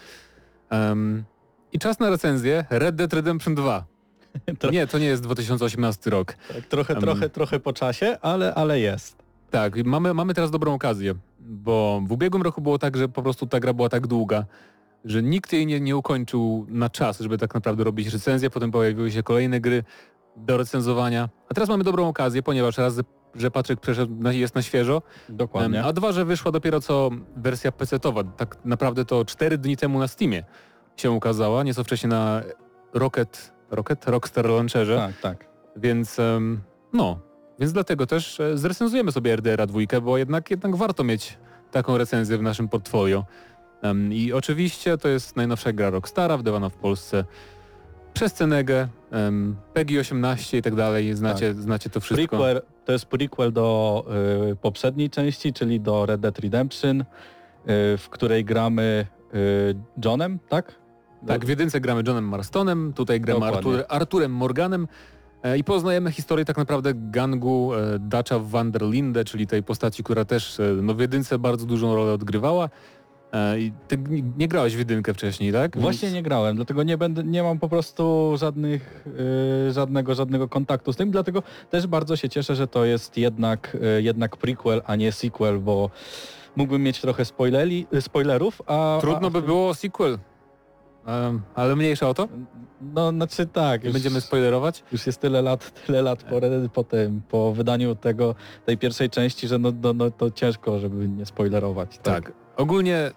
I czas na recenzję Red Dead Redemption 2. Nie, to nie jest 2018 rok. Tak, trochę po czasie, ale jest. Tak, i mamy teraz dobrą okazję, bo w ubiegłym roku było tak, że po prostu ta gra była tak długa, że nikt jej nie ukończył na czas, żeby tak naprawdę robić recenzję, potem pojawiły się kolejne gry do recenzowania, a teraz mamy dobrą okazję, ponieważ raz, że Patryk przeszedł, jest na świeżo, Dokładnie. a dwa, że wyszła dopiero co wersja PC-towa, tak naprawdę to 4 dni temu na Steamie się ukazała, nieco wcześniej na Rockstar Launcherze, Tak. więc więc dlatego też zrecenzujemy sobie RDR-a 2, bo jednak warto mieć taką recenzję w naszym portfolio. I oczywiście to jest najnowsza gra Rockstara, wydawana w Polsce przez Cenegę, PEGI 18 i tak dalej, znacie to wszystko. To jest prequel do poprzedniej części, czyli do Red Dead Redemption, w której gramy Johnem, tak? Tak, w jedynce gramy Johnem Marstonem, tutaj gramy Dokładnie. Arturem Morganem i poznajemy historię tak naprawdę gangu Dutcha van der Linde, czyli tej postaci, która też w jedynce bardzo dużą rolę odgrywała. I ty nie grałeś w jedynkę wcześniej, tak? Właśnie nie grałem, dlatego nie mam po prostu żadnego kontaktu z tym, dlatego też bardzo się cieszę, że to jest jednak prequel, a nie sequel, bo mógłbym mieć trochę spoilerów, a... Trudno by było sequel, ale mniejsza o to. No, znaczy tak. Nie będziemy spoilerować. Już jest tyle lat po wydaniu tej pierwszej części, że no to ciężko, żeby nie spoilerować. Tak. Ogólnie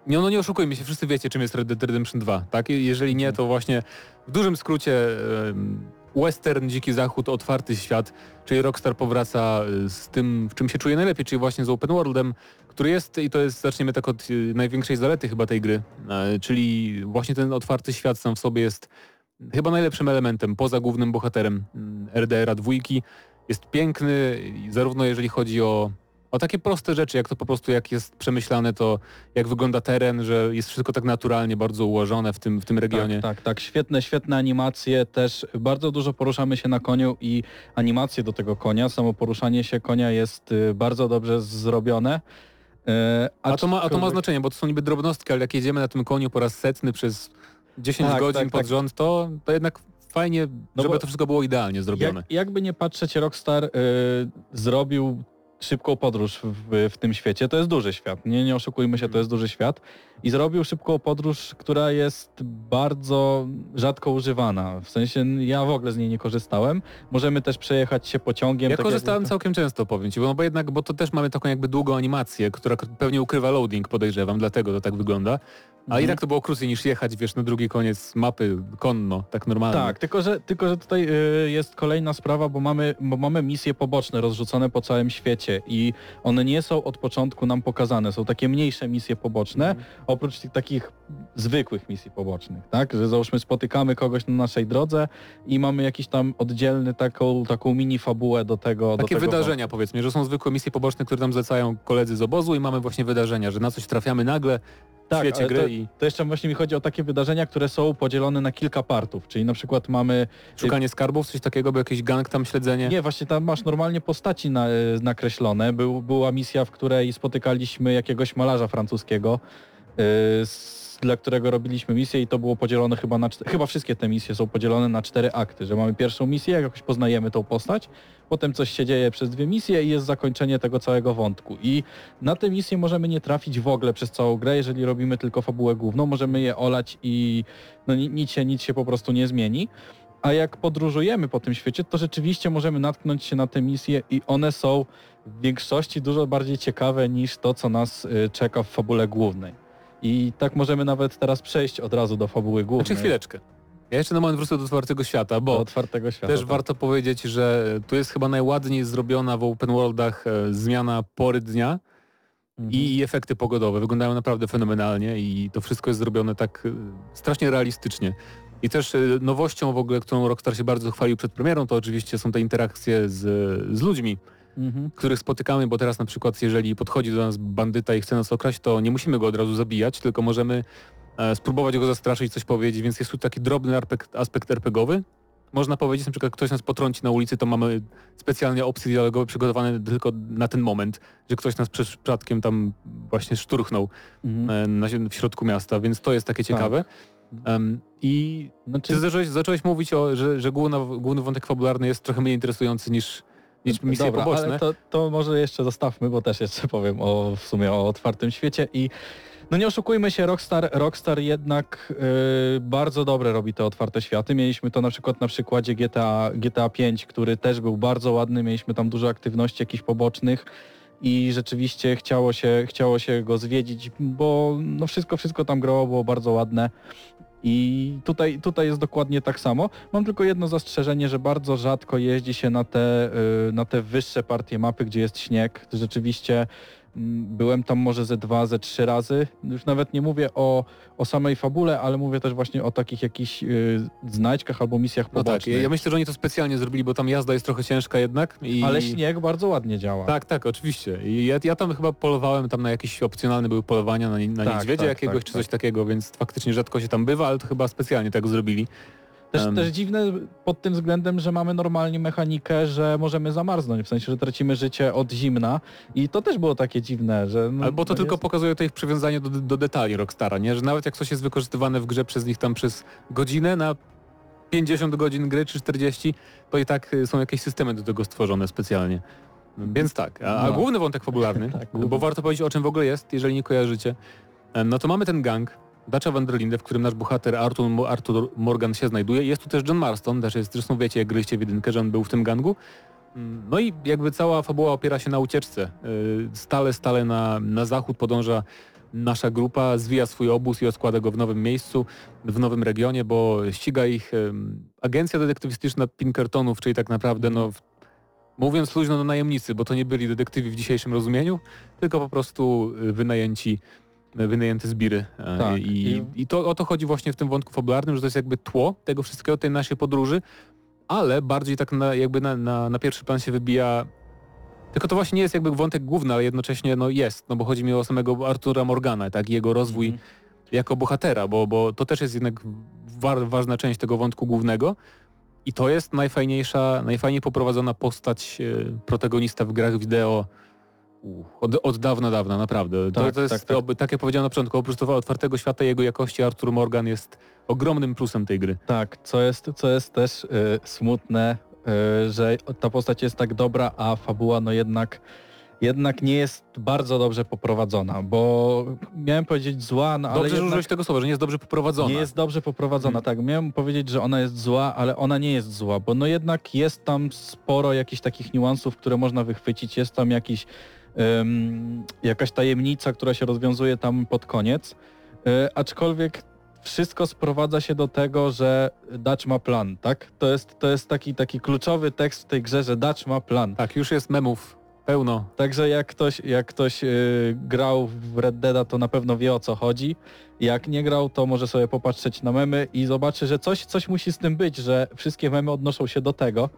nie oszukujmy się, wszyscy wiecie, czym jest Red Dead Redemption 2, tak? Jeżeli nie, to właśnie w dużym skrócie western, dziki zachód, otwarty świat, czyli Rockstar powraca z tym, w czym się czuje najlepiej, czyli właśnie z open worldem, który jest, i to jest, zaczniemy tak od największej zalety chyba tej gry, czyli właśnie ten otwarty świat sam w sobie jest chyba najlepszym elementem, poza głównym bohaterem RDR-a 2. Jest piękny, zarówno jeżeli chodzi o takie proste rzeczy, jak to po prostu jak jest przemyślane, to jak wygląda teren, że jest wszystko tak naturalnie bardzo ułożone w tym regionie. Tak. Świetne animacje też. Bardzo dużo poruszamy się na koniu i animacje do tego konia, samo poruszanie się konia jest bardzo dobrze zrobione. A to ma znaczenie, bo to są niby drobnostki, ale jak jedziemy na tym koniu po raz setny przez 10 godzin pod rząd, to jednak fajnie, żeby to wszystko było idealnie zrobione. Jakby nie patrzeć, Rockstar zrobił szybką podróż w tym świecie. To jest duży świat, nie oszukujmy się, to jest duży świat. I zrobił szybką podróż, która jest bardzo rzadko używana. W sensie ja w ogóle z niej nie korzystałem. Możemy też przejechać się pociągiem. Ja tak korzystałem całkiem często, powiem ci, bo to też mamy taką jakby długą animację, która pewnie ukrywa loading, podejrzewam, dlatego to tak wygląda. A i tak to było krócej niż jechać, wiesz, na drugi koniec mapy konno, tak normalnie. Tak, tylko że tutaj jest kolejna sprawa, bo mamy misje poboczne rozrzucone po całym świecie i one nie są od początku nam pokazane. Są takie mniejsze misje poboczne, oprócz tych takich zwykłych misji pobocznych, tak? Że załóżmy spotykamy kogoś na naszej drodze i mamy jakiś tam oddzielny taką mini fabułę do tego. Takie do tego wydarzenia powiedzmy, że są zwykłe misje poboczne, które nam zlecają koledzy z obozu i mamy właśnie wydarzenia, że na coś trafiamy nagle w świecie gry to jeszcze właśnie mi chodzi o takie wydarzenia, które są podzielone na kilka partów, czyli na przykład mamy... Szukanie skarbów, coś takiego, bo jakiś gang tam śledzenie? Nie, właśnie tam masz normalnie postaci nakreślone. Była misja, w której spotykaliśmy jakiegoś malarza francuskiego, dla którego robiliśmy misję i to było podzielone chyba wszystkie te misje są podzielone na 4 akty, że mamy pierwszą misję, jak jakoś poznajemy tą postać, potem coś się dzieje przez 2 misje i jest zakończenie tego całego wątku. I na te misje możemy nie trafić w ogóle przez całą grę, jeżeli robimy tylko fabułę główną, możemy je olać i nic się po prostu nie zmieni. A jak podróżujemy po tym świecie, to rzeczywiście możemy natknąć się na te misje i one są w większości dużo bardziej ciekawe niż to, co nas czeka w fabule głównej. I tak możemy nawet teraz przejść od razu do fabuły głównej. Znaczy chwileczkę. Ja jeszcze na moment wrócę do otwartego świata, bo też warto powiedzieć, że tu jest chyba najładniej zrobiona w open worldach zmiana pory dnia i efekty pogodowe. Wyglądają naprawdę fenomenalnie i to wszystko jest zrobione tak strasznie realistycznie. I też nowością w ogóle, którą Rockstar się bardzo chwalił przed premierą, to oczywiście są te interakcje z ludźmi, których spotykamy, bo teraz na przykład jeżeli podchodzi do nas bandyta i chce nas okraść, to nie musimy go od razu zabijać, tylko możemy spróbować go zastraszyć, coś powiedzieć, więc jest tu taki drobny aspekt RPGowy. Można powiedzieć, na przykład ktoś nas potrąci na ulicy, to mamy specjalnie opcje dialogowe przygotowane tylko na ten moment, że ktoś nas przypadkiem tam właśnie szturchnął w środku miasta, więc to jest takie ciekawe. I ty zacząłeś mówić, że główny wątek fabularny jest trochę mniej interesujący niż misje poboczne. Ale to może jeszcze zostawmy, bo też jeszcze powiem w sumie o otwartym świecie i no nie oszukujmy się, Rockstar jednak bardzo dobre robi te otwarte światy. Mieliśmy to na przykład na przykładzie GTA 5, który też był bardzo ładny, mieliśmy tam dużo aktywności jakichś pobocznych i rzeczywiście chciało się go zwiedzić, bo no wszystko tam grało, było bardzo ładne. I tutaj jest dokładnie tak samo. Mam tylko jedno zastrzeżenie, że bardzo rzadko jeździ się na te wyższe partie mapy, gdzie jest śnieg. Rzeczywiście byłem tam może ze 2, ze 3 razy. Już nawet nie mówię o samej fabule, ale mówię też właśnie o takich jakichś znajdźkach albo misjach pobocznych. Tak, ja myślę, że oni to specjalnie zrobili, bo tam jazda jest trochę ciężka jednak. Ale śnieg bardzo ładnie działa. Tak, oczywiście. I ja tam chyba polowałem, tam na jakieś opcjonalne były polowania na niedźwiedzia jakiegoś czy coś takiego, więc faktycznie rzadko się tam bywa, ale to chyba specjalnie tak zrobili. Też dziwne pod tym względem, że mamy normalnie mechanikę, że możemy zamarznąć, w sensie, że tracimy życie od zimna i to też było takie dziwne, że... Albo to tylko pokazuje to ich przywiązanie do detali Rockstara, nie? Że nawet jak coś jest wykorzystywane w grze przez nich tam przez godzinę na 50 godzin gry czy 40, to i tak są jakieś systemy do tego stworzone specjalnie. Więc tak, a główny wątek fabularny, bo warto powiedzieć o czym w ogóle jest, jeżeli nie kojarzycie, no to mamy ten gang, Dutcha van der Linde, w którym nasz bohater Arthur Morgan się znajduje. Jest tu też John Marston, zresztą wiecie, jak gryźcie w jedynkę, że on był w tym gangu. No i jakby cała fabuła opiera się na ucieczce. Stale na zachód podąża nasza grupa zwija swój obóz i odkłada go w nowym miejscu, w nowym regionie, bo ściga ich agencja detektywistyczna Pinkertonów, czyli tak naprawdę, no mówiąc luźno, no najemnicy, bo to nie byli detektywi w dzisiejszym rozumieniu, tylko po prostu wynajęte zbiry. Tak. I to o to chodzi właśnie w tym wątku fabularnym, że to jest jakby tło tego wszystkiego, tej naszej podróży, ale bardziej tak na pierwszy plan się wybija. Tylko to właśnie nie jest jakby wątek główny, ale jednocześnie no jest, no bo chodzi mi o samego Artura Morgana, tak, i jego rozwój jako bohatera, bo to też jest jednak ważna część tego wątku głównego i to jest najfajniej poprowadzona postać protagonista w grach wideo od dawna, naprawdę. Tak, to jest, tak. tak jak powiedziałem na początku, oprócz tego otwartego świata jego jakości, Artur Morgan jest ogromnym plusem tej gry. Tak, co jest też smutne, że ta postać jest tak dobra, a fabuła no jednak nie jest bardzo dobrze poprowadzona, bo miałem powiedzieć zła, no ale Dobrze, że użyłeś tego słowa, że nie jest dobrze poprowadzona. nie jest dobrze poprowadzona, tak. Miałem powiedzieć, że ona jest zła, ale ona nie jest zła, bo no jednak jest tam sporo jakichś takich niuansów, które można wychwycić, jest tam jakaś tajemnica, która się rozwiązuje tam pod koniec, aczkolwiek wszystko sprowadza się do tego, że Dutch ma plan, tak? To jest taki kluczowy tekst w tej grze, że Dutch ma plan. Tak, już jest memów pełno. Także jak ktoś grał w Red Deada, to na pewno wie, o co chodzi. Jak nie grał, to może sobie popatrzeć na memy i zobaczy, że coś musi z tym być, że wszystkie memy odnoszą się do tego.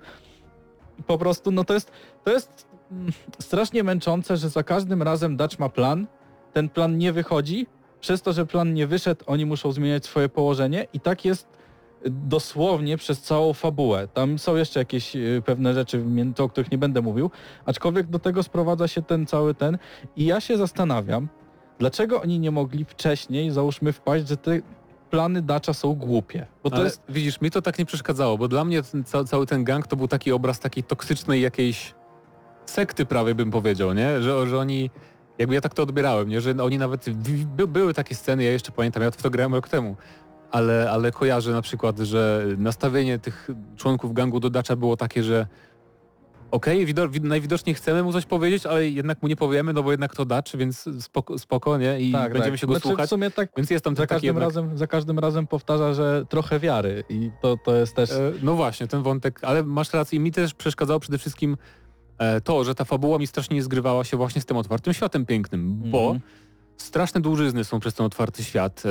I po prostu no to jest strasznie męczące, że za każdym razem Dutch ma plan, ten plan nie wychodzi, przez to, że plan nie wyszedł, oni muszą zmieniać swoje położenie i tak jest dosłownie przez całą fabułę. Tam są jeszcze jakieś pewne rzeczy, o których nie będę mówił, aczkolwiek do tego sprowadza się ten i ja się zastanawiam, dlaczego oni nie mogli wcześniej, załóżmy, wpaść, że te plany Dutcha są głupie. Bo to Ale jest... widzisz, mi to tak nie przeszkadzało, bo dla mnie cały ten gang to był taki obraz takiej toksycznej jakiejś sekty prawie bym powiedział, nie? Że oni, jakby ja tak to odbierałem, nie? Że oni nawet, były takie sceny, ja jeszcze pamiętam, ja w to grałem rok temu, ale kojarzę na przykład, że nastawienie tych członków gangu do Dutcha było takie, że najwidoczniej chcemy mu coś powiedzieć, ale jednak mu nie powiemy, no bo jednak to Dutch, więc spoko, nie? I będziemy się go Znaczy, słuchać. w sumie tak Więc jest tam za każdym razem powtarza, że trochę wiary i to jest też... No właśnie, ten wątek, ale masz rację, mi też przeszkadzało przede wszystkim to, że ta fabuła mi strasznie nie zgrywała się właśnie z tym otwartym światem pięknym, bo straszne dłużyzny są przez ten otwarty świat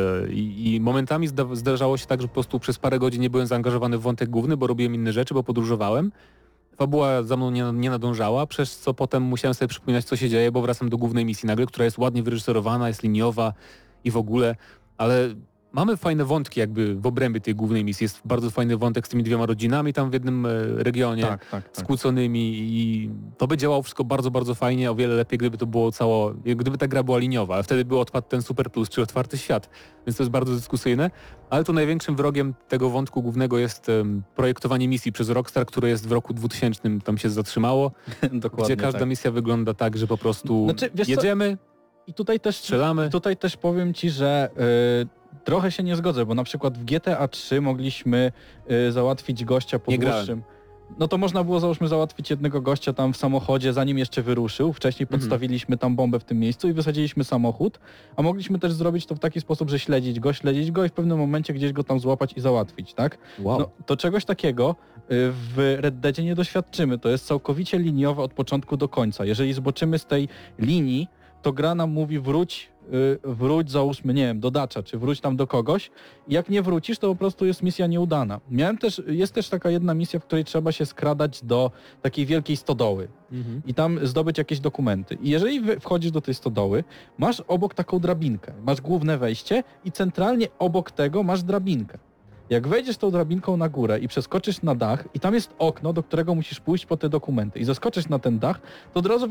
i momentami zdarzało się tak, że po prostu przez parę godzin nie byłem zaangażowany w wątek główny, bo robiłem inne rzeczy, bo podróżowałem. Fabuła za mną nie nadążała, przez co potem musiałem sobie przypominać, co się dzieje, bo wracam do głównej misji nagle, która jest ładnie wyreżyserowana, jest liniowa i w ogóle, ale mamy fajne wątki jakby w obrębie tej głównej misji. Jest bardzo fajny wątek z tymi 2 rodzinami tam w jednym regionie, Tak. skłóconymi i to by działało wszystko bardzo, bardzo fajnie, o wiele lepiej, gdyby ta gra była liniowa, ale wtedy by odpadł ten Super Plus czy otwarty świat, więc to jest bardzo dyskusyjne, ale tu największym wrogiem tego wątku głównego jest projektowanie misji przez Rockstar, które jest w roku 2000 tam się zatrzymało, Dokładnie, gdzie każda tak. misja wygląda tak, że po prostu jedziemy, I tutaj strzelamy. Tutaj też powiem Ci, że trochę się nie zgodzę, bo na przykład w GTA 3 mogliśmy załatwić gościa po Nie dłuższym... No to można było, załóżmy, załatwić jednego gościa tam w samochodzie, zanim jeszcze wyruszył. Wcześniej podstawiliśmy tam bombę w tym miejscu i wysadziliśmy samochód, a mogliśmy też zrobić to w taki sposób, że śledzić go i w pewnym momencie gdzieś go tam złapać i załatwić, tak? Wow. No, to czegoś takiego w Red Deadzie nie doświadczymy. To jest całkowicie liniowe od początku do końca. Jeżeli zboczymy z tej linii, to gra nam mówi wróć, załóżmy, nie wiem, do Dutcha, czy wróć tam do kogoś. I jak nie wrócisz, to po prostu jest misja nieudana. Jest też taka jedna misja, w której trzeba się skradać do takiej wielkiej stodoły i tam zdobyć jakieś dokumenty. I jeżeli wchodzisz do tej stodoły, masz obok taką drabinkę, masz główne wejście i centralnie obok tego masz drabinkę. Jak wejdziesz tą drabinką na górę i przeskoczysz na dach i tam jest okno, do którego musisz pójść po te dokumenty i zeskoczysz na ten dach, to od razu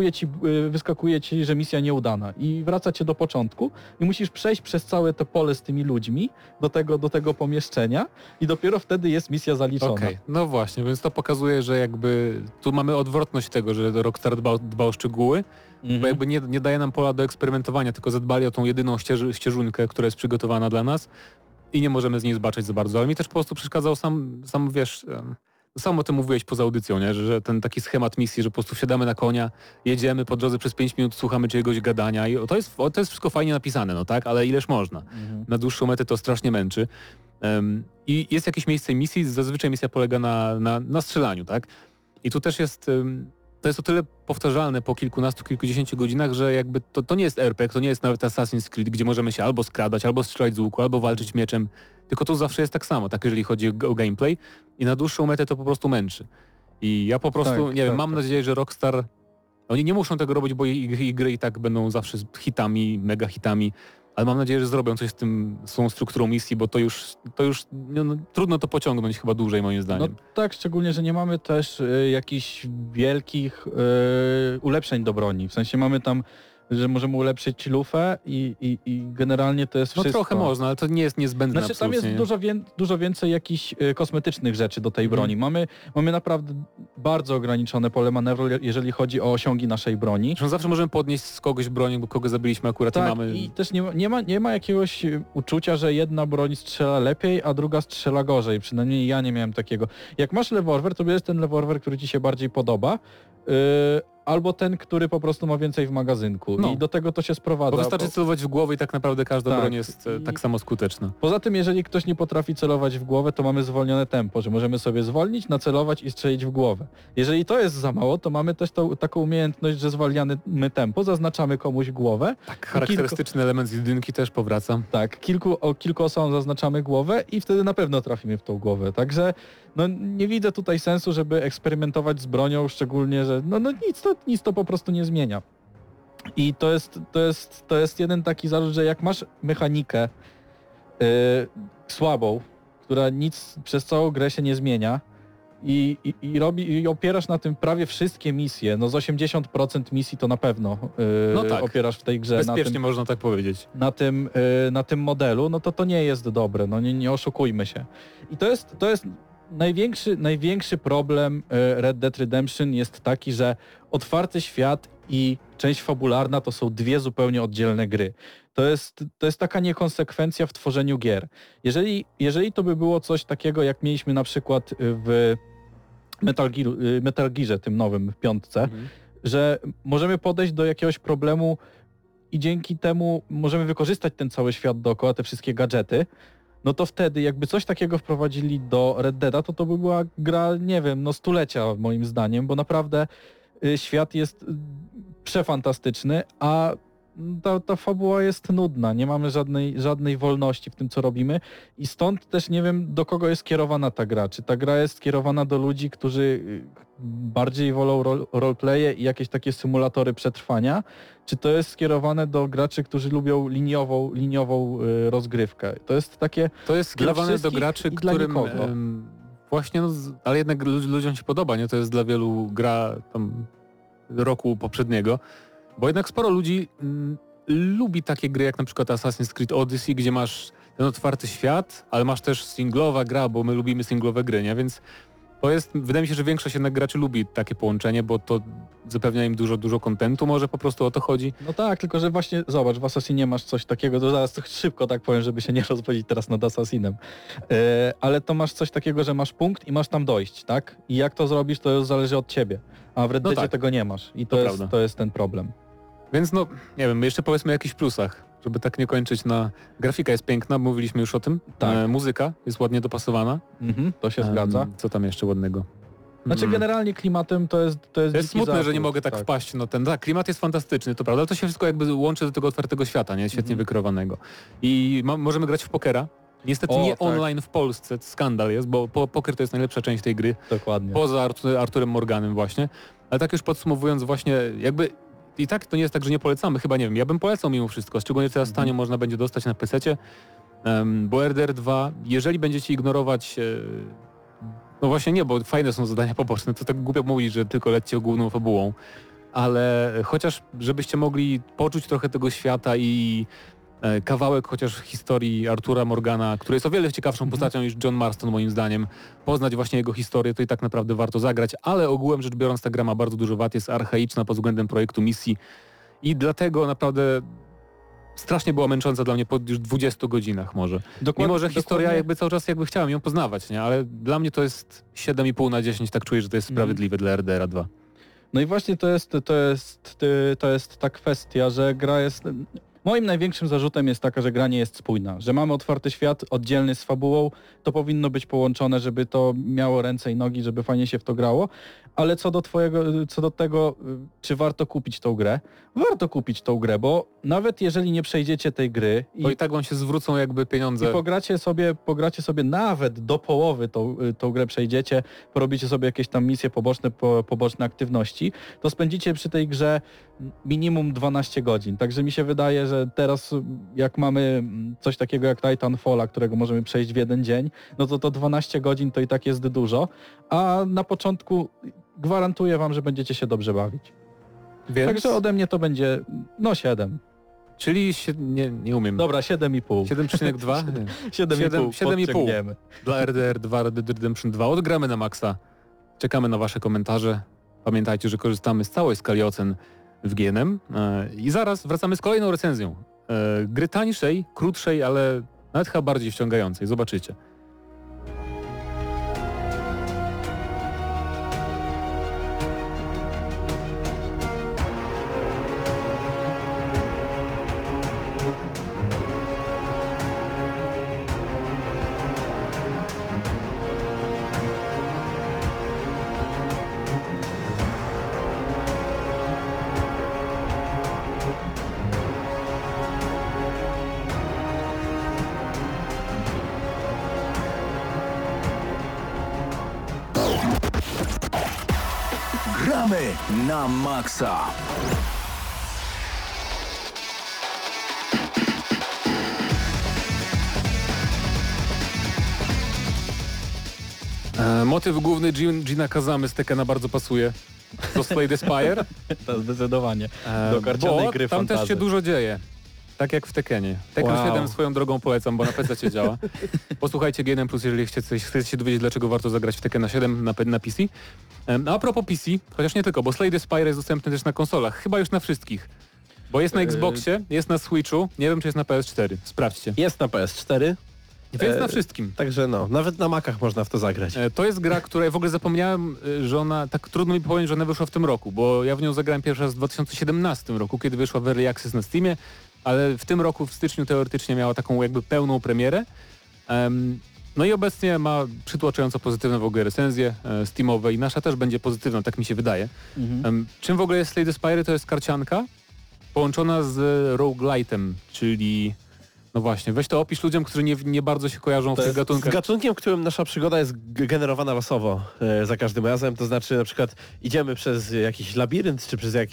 wyskakuje ci, że misja nieudana i wraca cię do początku i musisz przejść przez całe to pole z tymi ludźmi do tego pomieszczenia i dopiero wtedy jest misja zaliczona. Okej, no właśnie, więc to pokazuje, że jakby tu mamy odwrotność tego, że Rockstar dba o szczegóły, bo jakby nie daje nam pola do eksperymentowania, tylko zadbali o tą jedyną ścieżunkę, która jest przygotowana dla nas i nie możemy z niej zbaczać za bardzo. Ale mi też po prostu przeszkadzał sam wiesz, sam o tym mówiłeś poza audycją, nie? Że ten taki schemat misji, że po prostu wsiadamy na konia, jedziemy po drodze przez 5 minut, słuchamy czyjegoś gadania i to jest wszystko fajnie napisane, no tak, ale ileż można. Na dłuższą metę to strasznie męczy. I jest jakieś miejsce misji, zazwyczaj misja polega na strzelaniu, tak? I tu też jest... To jest o tyle powtarzalne po kilkunastu, kilkudziesięciu godzinach, że jakby to nie jest RPG, to nie jest nawet Assassin's Creed, gdzie możemy się albo skradać, albo strzelać z łuku, albo walczyć mieczem. Tylko to zawsze jest tak samo, tak jeżeli chodzi o gameplay i na dłuższą metę to po prostu męczy. I ja po prostu, nie wiem, mam nadzieję, że Rockstar, oni nie muszą tego robić, bo ich gry i tak będą zawsze hitami, mega hitami, ale mam nadzieję, że zrobią coś z tą strukturą misji, bo to już trudno to pociągnąć chyba dłużej moim zdaniem. No tak, szczególnie, że nie mamy też jakichś wielkich ulepszeń do broni. W sensie mamy tam, że możemy ulepszyć lufę i generalnie to jest no wszystko. Trochę można, ale to nie jest niezbędne. Znaczy tam jest dużo więcej jakichś kosmetycznych rzeczy do tej broni. Mamy naprawdę bardzo ograniczone pole manewru, jeżeli chodzi o osiągi naszej broni. Zresztą zawsze możemy podnieść z kogoś bronię, bo kogo zabiliśmy akurat Tak, i mamy... i też nie ma jakiegoś uczucia, że jedna broń strzela lepiej, a druga strzela gorzej. Przynajmniej ja nie miałem takiego. Jak masz rewolwer, to bierzesz ten rewolwer, który ci się bardziej podoba, albo ten, który po prostu ma więcej w magazynku. No. I do tego to się sprowadza. Bo wystarczy celować w głowę i tak naprawdę każda Tak. broń jest tak samo skuteczna. Poza tym, jeżeli ktoś nie potrafi celować w głowę, to mamy zwolnione tempo, że możemy sobie zwolnić, nacelować i strzelić w głowę. Jeżeli to jest za mało, to mamy też taką umiejętność, że zwalniamy tempo, zaznaczamy komuś głowę. Tak, charakterystyczny element z jedynki też powraca. Tak, kilku osobom zaznaczamy głowę i wtedy na pewno trafimy w tą głowę. Także no, nie widzę tutaj sensu, żeby eksperymentować z bronią, szczególnie, że nic to po prostu nie zmienia. I to jest jeden taki zarzut, że jak masz mechanikę słabą, która nic przez całą grę się nie zmienia i opierasz na tym prawie wszystkie misje, no z 80% misji to na pewno No tak. opierasz w tej grze Bezpiecznie można tak powiedzieć. na tym modelu, no to nie jest dobre, no nie oszukujmy się. I to jest największy problem Red Dead Redemption jest taki, że otwarty świat i część fabularna to są dwie zupełnie oddzielne gry. To jest taka niekonsekwencja w tworzeniu gier. Jeżeli to by było coś takiego, jak mieliśmy na przykład w Metal Gearze, tym nowym, w 5, że możemy podejść do jakiegoś problemu i dzięki temu możemy wykorzystać ten cały świat dookoła, te wszystkie gadżety, no to wtedy jakby coś takiego wprowadzili do Red Deada, to by była gra, nie wiem, no stulecia moim zdaniem, bo naprawdę świat jest przefantastyczny, a ta fabuła jest nudna, nie mamy żadnej wolności w tym, co robimy i stąd też nie wiem, do kogo jest skierowana ta gra. Czy ta gra jest skierowana do ludzi, którzy bardziej wolą roleplaye i jakieś takie symulatory przetrwania, czy to jest skierowane do graczy, którzy lubią liniową rozgrywkę. To jest takie... To jest skierowane do graczy, którym właśnie, ale jednak ludziom się podoba, nie? To jest dla wielu gra tam roku poprzedniego, bo jednak sporo ludzi lubi takie gry jak na przykład Assassin's Creed Odyssey, gdzie masz ten otwarty świat, ale masz też singlowa gra, bo my lubimy singlowe gry, nie? Więc to jest, wydaje mi się, że większość jednak graczy lubi takie połączenie, bo to zapewnia im dużo kontentu, może po prostu o to chodzi. No tak, tylko że właśnie, zobacz, w Assassinie masz coś takiego, to zaraz szybko tak powiem, żeby się nie rozwodzić teraz nad Assassinem, ale to masz coś takiego, że masz punkt i masz tam dojść, tak? I jak to zrobisz, to już zależy od ciebie, a w Red Deadzie tego nie masz i to jest ten problem. Więc no, nie wiem, jeszcze powiedzmy o jakichś plusach, żeby tak nie kończyć na... Grafika jest piękna, mówiliśmy już o tym. Tak. Muzyka jest ładnie dopasowana. To się zgadza. Co tam jeszcze ładnego? Znaczy generalnie klimatem to jest smutne, że nie mogę tak wpaść. No klimat jest fantastyczny, to prawda, ale to się wszystko jakby łączy do tego otwartego świata, nie? Świetnie wykreowanego. I możemy grać w pokera. Niestety nie online w Polsce, skandal jest, bo poker to jest najlepsza część tej gry. Dokładnie. Poza Arturem Morganem właśnie. Ale tak już podsumowując właśnie, jakby i tak to nie jest tak, że nie polecamy, chyba nie wiem, ja bym polecał mimo wszystko, szczególnie teraz tanio można będzie dostać na PC-cie, bo RDR 2, jeżeli będziecie ignorować, no właśnie nie, bo fajne są zadania poboczne, to tak głupio mówić, że tylko lećcie główną fabułą, ale chociaż żebyście mogli poczuć trochę tego świata i kawałek chociaż historii Artura Morgana, który jest o wiele ciekawszą postacią niż John Marston moim zdaniem, poznać właśnie jego historię, to i tak naprawdę warto zagrać, ale ogółem rzecz biorąc ta gra ma bardzo dużo wad, jest archaiczna pod względem projektu misji i dlatego naprawdę strasznie była męcząca dla mnie po już 20 godzinach może. Mimo, że historia dokładnie. jakby cały czas jakby chciałem ją poznawać, nie? Ale dla mnie to jest 7,5 na 10, tak czuję, że to jest sprawiedliwe dla RDR 2. No i właśnie to jest ta kwestia, że gra jest... Moim największym zarzutem jest taka, że gra nie jest spójna, że mamy otwarty świat oddzielny z fabułą, to powinno być połączone, żeby to miało ręce i nogi, żeby fajnie się w to grało, ale co do tego, czy warto kupić tą grę? Warto kupić tą grę, bo nawet jeżeli nie przejdziecie tej gry Bo i tak wam się zwrócą jakby pieniądze. i pogracie sobie nawet do połowy tą grę przejdziecie, porobicie sobie jakieś tam misje poboczne aktywności, to spędzicie przy tej grze minimum 12 godzin. Także mi się wydaje, że teraz jak mamy coś takiego jak Titanfalla, którego możemy przejść w jeden dzień, no to 12 godzin to i tak jest dużo, a na początku gwarantuję wam, że będziecie się dobrze bawić. Więc... Także ode mnie to będzie 7. Czyli nie umiem. Dobra, 7,5. 7,2? 7,5 podciągniemy. Dla RDR 2, Red Dead Redemption 2. Odgramy na maksa. Czekamy na wasze komentarze. Pamiętajcie, że korzystamy z całej skali ocen w GNM. I zaraz wracamy z kolejną recenzją. Gry tańszej, krótszej, ale nawet chyba bardziej wciągającej. Zobaczycie. Gramy na maksa. Motyw główny Gina Kazamy z Tekena bardzo pasuje do Slay the Spire. To zdecydowanie. Do karcianej Bo gry tam fantasy. też się dużo dzieje. Tak jak w Tekenie. Tekken 7 swoją drogą polecam, bo na PC działa. Posłuchajcie GNM+, jeżeli chcecie się dowiedzieć, dlaczego warto zagrać w Tekkena 7 na PC. A propos PC, chociaż nie tylko, bo Slay the Spire jest dostępny też na konsolach. Chyba już na wszystkich. Bo jest na Xboxie, jest na Switchu, nie wiem czy jest na PS4. Sprawdźcie. Jest na PS4. Więc na wszystkim. Także nawet na Macach można w to zagrać. To jest gra, która w ogóle zapomniałem, że ona, tak trudno mi powiedzieć, że ona wyszła w tym roku, bo ja w nią zagrałem pierwszy raz w 2017 roku, kiedy wyszła w Early Access na Steamie, ale w tym roku w styczniu teoretycznie miała taką jakby pełną premierę. No i obecnie ma przytłaczająco pozytywne w ogóle recenzje steamowe i nasza też będzie pozytywna, tak mi się wydaje. Czym w ogóle jest Slay the Spire? To jest karcianka połączona z roguelite'em, czyli... No właśnie, weź to opisz ludziom, którzy nie bardzo się kojarzą w tych gatunkach. Z gatunkiem, w którym nasza przygoda jest generowana losowo za każdym razem, to znaczy na przykład idziemy przez jakiś labirynt, czy przez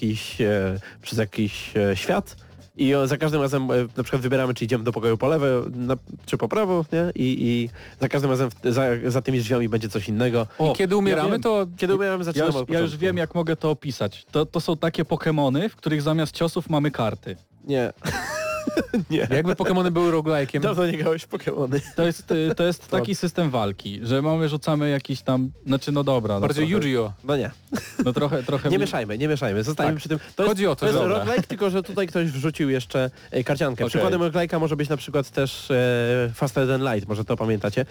jakiś świat i za każdym razem na przykład wybieramy, czy idziemy do pokoju po lewo, czy po prawo, nie? I za każdym razem za tymi drzwiami będzie coś innego. I kiedy umieramy, Kiedy umieramy, zaczynamy od Ja już początku. wiem, jak mogę to opisać. To są takie Pokemony, w których zamiast ciosów mamy karty. Nie. Nie. Jakby Pokemony były roguelike'iem. Dawno nie grałeś w Pokemony. To jest taki system walki, że rzucamy jakiś tam, no dobra. Bardziej trochę, Yu-Gi-Oh! No nie. No trochę Nie mieszajmy. Zostańmy przy tym. Chodzi o to, to jest że- roguelike, tylko że tutaj ktoś wrzucił jeszcze karciankę. Okej. Przykładem roguelike'a może być na przykład też Faster Than Light, może to pamiętacie.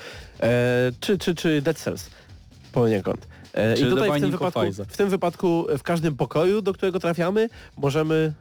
Czy Dead Cells poniekąd. Czy I tutaj The Binding of Isaac. w tym wypadku w każdym pokoju, do którego trafiamy, możemy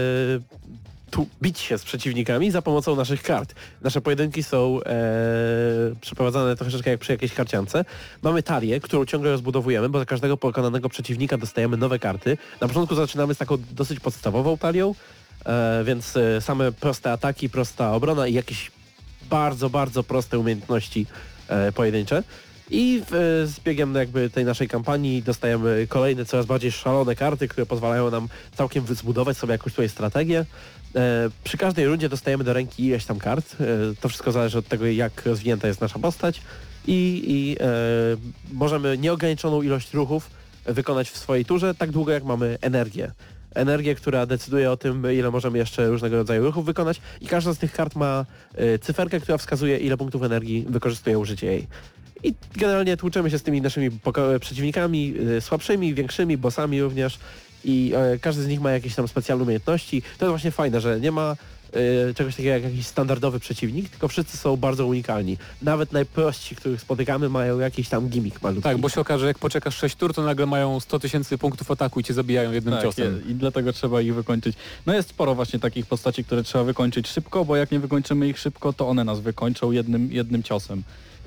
bić się z przeciwnikami za pomocą naszych kart. Nasze pojedynki są przeprowadzane troszeczkę jak przy jakiejś karciance. Mamy talię, którą ciągle rozbudowujemy, bo za każdego pokonanego przeciwnika dostajemy nowe karty. Na początku zaczynamy z taką dosyć podstawową talią, więc same proste ataki, prosta obrona i jakieś bardzo, bardzo proste umiejętności pojedyncze. I z biegiem jakby tej naszej kampanii dostajemy kolejne, coraz bardziej szalone karty, które pozwalają nam całkiem zbudować sobie jakąś tutaj strategię. Przy każdej rundzie dostajemy do ręki ileś tam kart. To wszystko zależy od tego, jak rozwinięta jest nasza postać i możemy nieograniczoną ilość ruchów wykonać w swojej turze, tak długo jak mamy energię. Energię, która decyduje o tym, ile możemy jeszcze różnego rodzaju ruchów wykonać i każda z tych kart ma cyferkę, która wskazuje, ile punktów energii wykorzystuje użycie jej. I generalnie tłuczemy się z tymi naszymi przeciwnikami, słabszymi, większymi, bossami również i każdy z nich ma jakieś tam specjalne umiejętności. To jest właśnie fajne, że nie ma czegoś takiego jak jakiś standardowy przeciwnik, tylko wszyscy są bardzo unikalni. Nawet najprości, których spotykamy, mają jakiś tam gimmick malutki. Tak, bo się okaże, jak poczekasz 6 tur, to nagle mają 100 000 punktów ataku i cię zabijają jednym ciosem. I dlatego trzeba ich wykończyć. No jest sporo właśnie takich postaci, które trzeba wykończyć szybko, bo jak nie wykończymy ich szybko, to one nas wykończą jednym ciosem.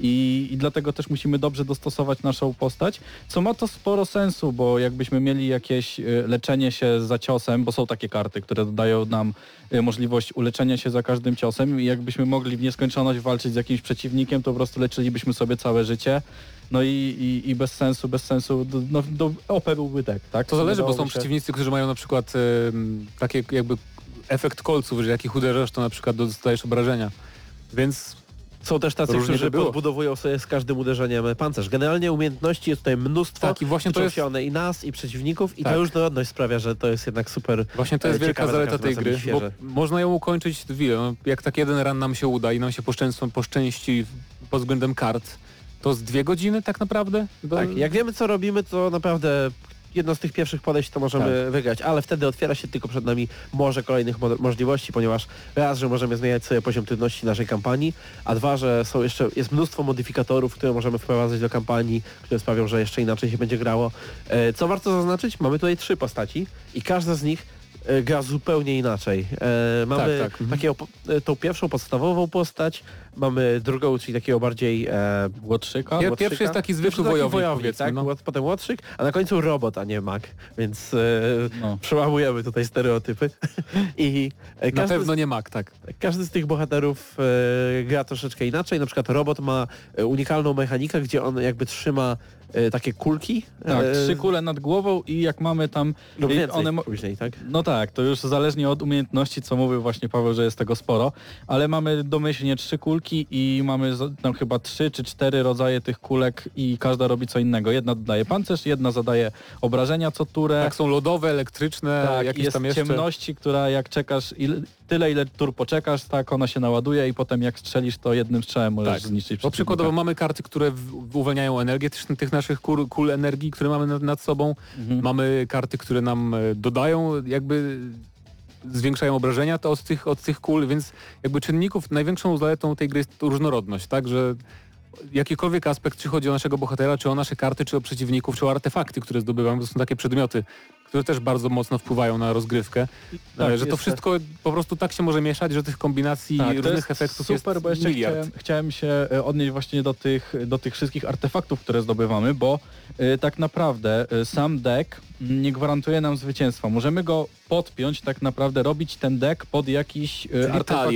I dlatego też musimy dobrze dostosować naszą postać, co ma to sporo sensu, bo jakbyśmy mieli jakieś leczenie się za ciosem, bo są takie karty, które dodają nam możliwość uleczenia się za każdym ciosem i jakbyśmy mogli w nieskończoność walczyć z jakimś przeciwnikiem, to po prostu leczylibyśmy sobie całe życie. No i bez sensu, do OP byłby tak? To zależy, bo są się... przeciwnicy, którzy mają na przykład takie jakby efekt kolców, że jak ich uderzasz, to na przykład dostajesz obrażenia. Więc są też tacy, różnie którzy by było. podbudowują sobie z każdym uderzeniem pancerz. Generalnie umiejętności jest tutaj mnóstwo, tak, i właśnie to jest i nas, i przeciwników, i tak. ta różnorodność sprawia, że to jest jednak super. Właśnie to jest wielka ciekawe, zaleta tej każdym gry, razem bo świeże. można ją ukończyć jak tak jeden run nam się uda i nam się poszczęści pod względem kart, to z 2 godziny tak naprawdę? Tak, jak wiemy co robimy, to naprawdę jedno z tych pierwszych podejść to możemy wygrać, ale wtedy otwiera się tylko przed nami morze kolejnych możliwości, ponieważ raz, że możemy zmieniać sobie poziom trudności naszej kampanii, a dwa, że jest mnóstwo modyfikatorów, które możemy wprowadzać do kampanii, które sprawią, że jeszcze inaczej się będzie grało. Co warto zaznaczyć? Mamy tutaj 3 postaci i każda z nich gra zupełnie inaczej. Mamy tą pierwszą podstawową postać, mamy drugą, czyli takiego bardziej łotrzyka. Pierwszy jest taki zwykły wojownik, powiedzmy. Tak? No. Potem łotrzyk, a na końcu robot, a nie mag, więc przełamujemy tutaj stereotypy. I na pewno nie mag, tak. Każdy z tych bohaterów gra troszeczkę inaczej. Na przykład robot ma unikalną mechanikę, gdzie on jakby trzyma takie kulki. Tak, 3 kule nad głową i jak mamy tam... lub więcej później, tak? No tak, to już zależnie od umiejętności, co mówił właśnie Paweł, że jest tego sporo, ale mamy domyślnie 3 kulki i mamy tam chyba 3 czy 4 rodzaje tych kulek i każda robi co innego. Jedna dodaje pancerz, jedna zadaje obrażenia co turę. Tak, są lodowe, elektryczne, tak, jakieś jest tam jeszcze... ciemności, która jak czekasz, tyle ile tur poczekasz, tak, ona się naładuje i potem jak strzelisz, to jednym strzałem możesz zniszczyć przeciwnika. Bo przykładowo mamy karty, które uwalniają energię tych naszych kul energii, które mamy nad sobą. Mamy karty, które nam dodają, jakby zwiększają obrażenia to od tych kul, więc jakby czynników, największą zaletą tej gry jest różnorodność, tak, że jakikolwiek aspekt, czy chodzi o naszego bohatera, czy o nasze karty, czy o przeciwników, czy o artefakty, które zdobywamy, to są takie przedmioty, które też bardzo mocno wpływają na rozgrywkę, tak, że to wszystko po prostu tak się może mieszać, że tych kombinacji różnych efektów super, jest bo jeszcze miliard. chciałem się odnieść właśnie do tych wszystkich artefaktów, które zdobywamy, bo tak naprawdę sam deck nie gwarantuje nam zwycięstwa. Możemy go podpiąć, tak naprawdę robić ten deck pod jakiś artefakt.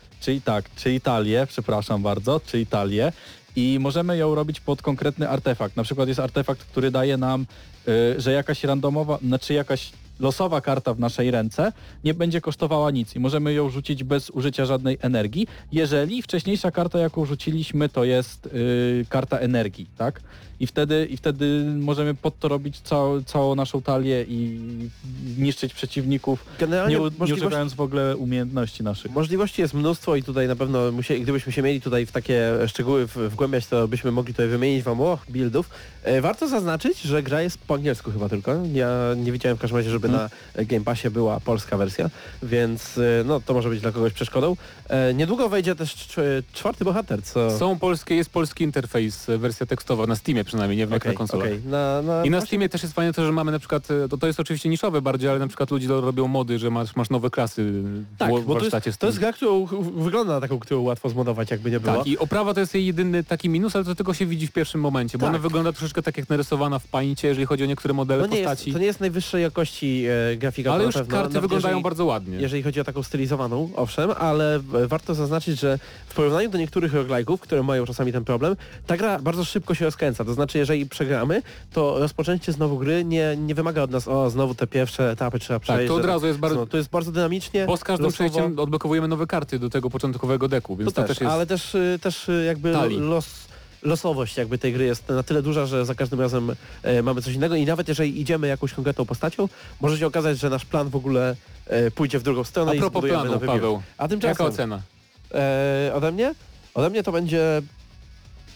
Czyli talię, przepraszam bardzo, czyli talię. I możemy ją robić pod konkretny artefakt. Na przykład jest artefakt, który daje nam, że jakaś randomowa, jakaś losowa karta w naszej ręce nie będzie kosztowała nic i możemy ją rzucić bez użycia żadnej energii, jeżeli wcześniejsza karta, jaką rzuciliśmy, to jest karta energii, tak? I wtedy możemy pod to robić całą naszą talię i niszczyć przeciwników, Generalnie nie używając w ogóle umiejętności naszych. Możliwości jest mnóstwo i tutaj na pewno gdybyśmy się mieli tutaj w takie szczegóły wgłębiać, to byśmy mogli tutaj wymienić wam buildów. Warto zaznaczyć, że gra jest po angielsku chyba tylko. Ja nie widziałem w każdym razie, żeby na Game Passie była polska wersja, więc no to może być dla kogoś przeszkodą. Niedługo wejdzie też 4. bohater, co... Jest polski interfejs, wersja tekstowa, na Steamie przynajmniej, nie wiem jak na konsolach. I na Steamie też jest fajne to, że mamy na przykład, to jest oczywiście niszowe bardziej, ale na przykład ludzie robią mody, że masz nowe klasy w warsztacie. To jest gra, którą wygląda na taką, którą łatwo zmodować, jakby nie było. Tak, i oprawa to jest jej jedyny taki minus, ale to tylko się widzi w pierwszym momencie, bo ona wygląda troszeczkę tak jak narysowana w Paincie, jeżeli chodzi o niektóre modele postaci. To nie jest najwyższej jakości grafika, ale to już na pewno. karty wyglądają bardzo ładnie. Jeżeli chodzi o taką stylizowaną, owszem, ale warto zaznaczyć, że w porównaniu do niektórych roguelike'ów, które mają czasami ten problem, ta gra bardzo szybko się rozkręca. To znaczy, jeżeli przegramy, to rozpoczęcie znowu gry nie wymaga od nas, znowu te pierwsze etapy trzeba przejść. Tak, to od razu jest bardzo... To jest bardzo dynamicznie. Bo z każdym przejściem odblokowujemy nowe karty do tego początkowego deku, więc to też jest... Ale też jakby losowość jakby tej gry jest na tyle duża, że za każdym razem mamy coś innego i nawet jeżeli idziemy jakąś konkretną postacią, może się okazać, że nasz plan w ogóle pójdzie w drugą stronę. A propos planu, Paweł, a tymczasem, jaka ocena? Ode mnie? Ode mnie to będzie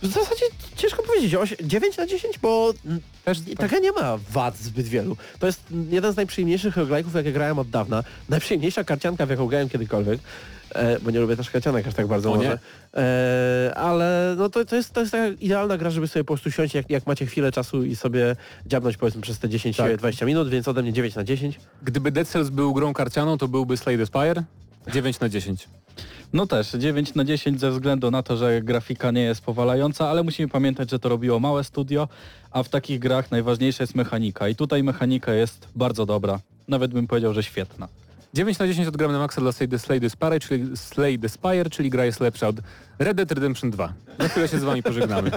W zasadzie ciężko powiedzieć, 9 na 10, bo Też ta gra nie ma wad zbyt wielu. To jest jeden z najprzyjemniejszych roguelike'ów, jakie grałem od dawna. Najprzyjemniejsza karcianka, w jaką grałem kiedykolwiek. Bo nie lubię też karcianek aż tak bardzo może. Ale no to jest taka idealna gra, żeby sobie po prostu siąść, jak macie chwilę czasu i sobie dziabnąć powiedzmy przez te 10-20 minut, więc ode mnie 9 na 10. Gdyby Dead Cells był grą karcianą, to byłby Slay the Spire. 9 na 10. No też, 9 na 10 ze względu na to, że grafika nie jest powalająca, ale musimy pamiętać, że to robiło małe studio, a w takich grach najważniejsza jest mechanika i tutaj mechanika jest bardzo dobra. Nawet bym powiedział, że świetna. 9 na 10 odgramy na maksa dla Slay the Spire, czyli gra jest lepsza od Red Dead Redemption 2. Za chwilę się z wami pożegnamy.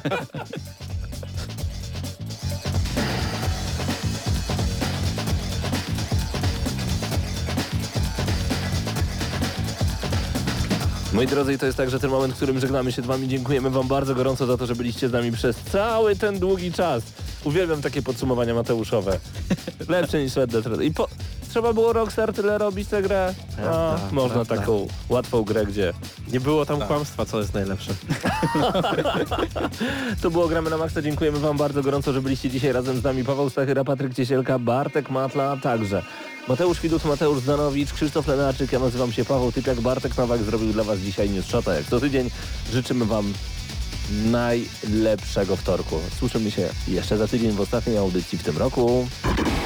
Moi drodzy, i to jest także ten moment, w którym żegnamy się z wami. Dziękujemy wam bardzo gorąco za to, że byliście z nami przez cały ten długi czas. Uwielbiam takie podsumowania mateuszowe. Lepsze niż Red Dead Redemption. Trzeba było Rockstar tyle robić tę grę? Można taką łatwą grę, gdzie... Nie było tam kłamstwa, co jest najlepsze. To było Gramy na Maxa. Dziękujemy wam bardzo gorąco, że byliście dzisiaj razem z nami. Paweł Stachyra, Patryk Ciesielka, Bartek Matla także. Mateusz Widut, Mateusz Zdanowicz, Krzysztof Lenarczyk, ja nazywam się Paweł Typiak. Bartek Nowak zrobił dla was dzisiaj Newsshota. Jak co tydzień życzymy wam najlepszego wtorku. Słyszymy się jeszcze za tydzień w ostatniej audycji w tym roku.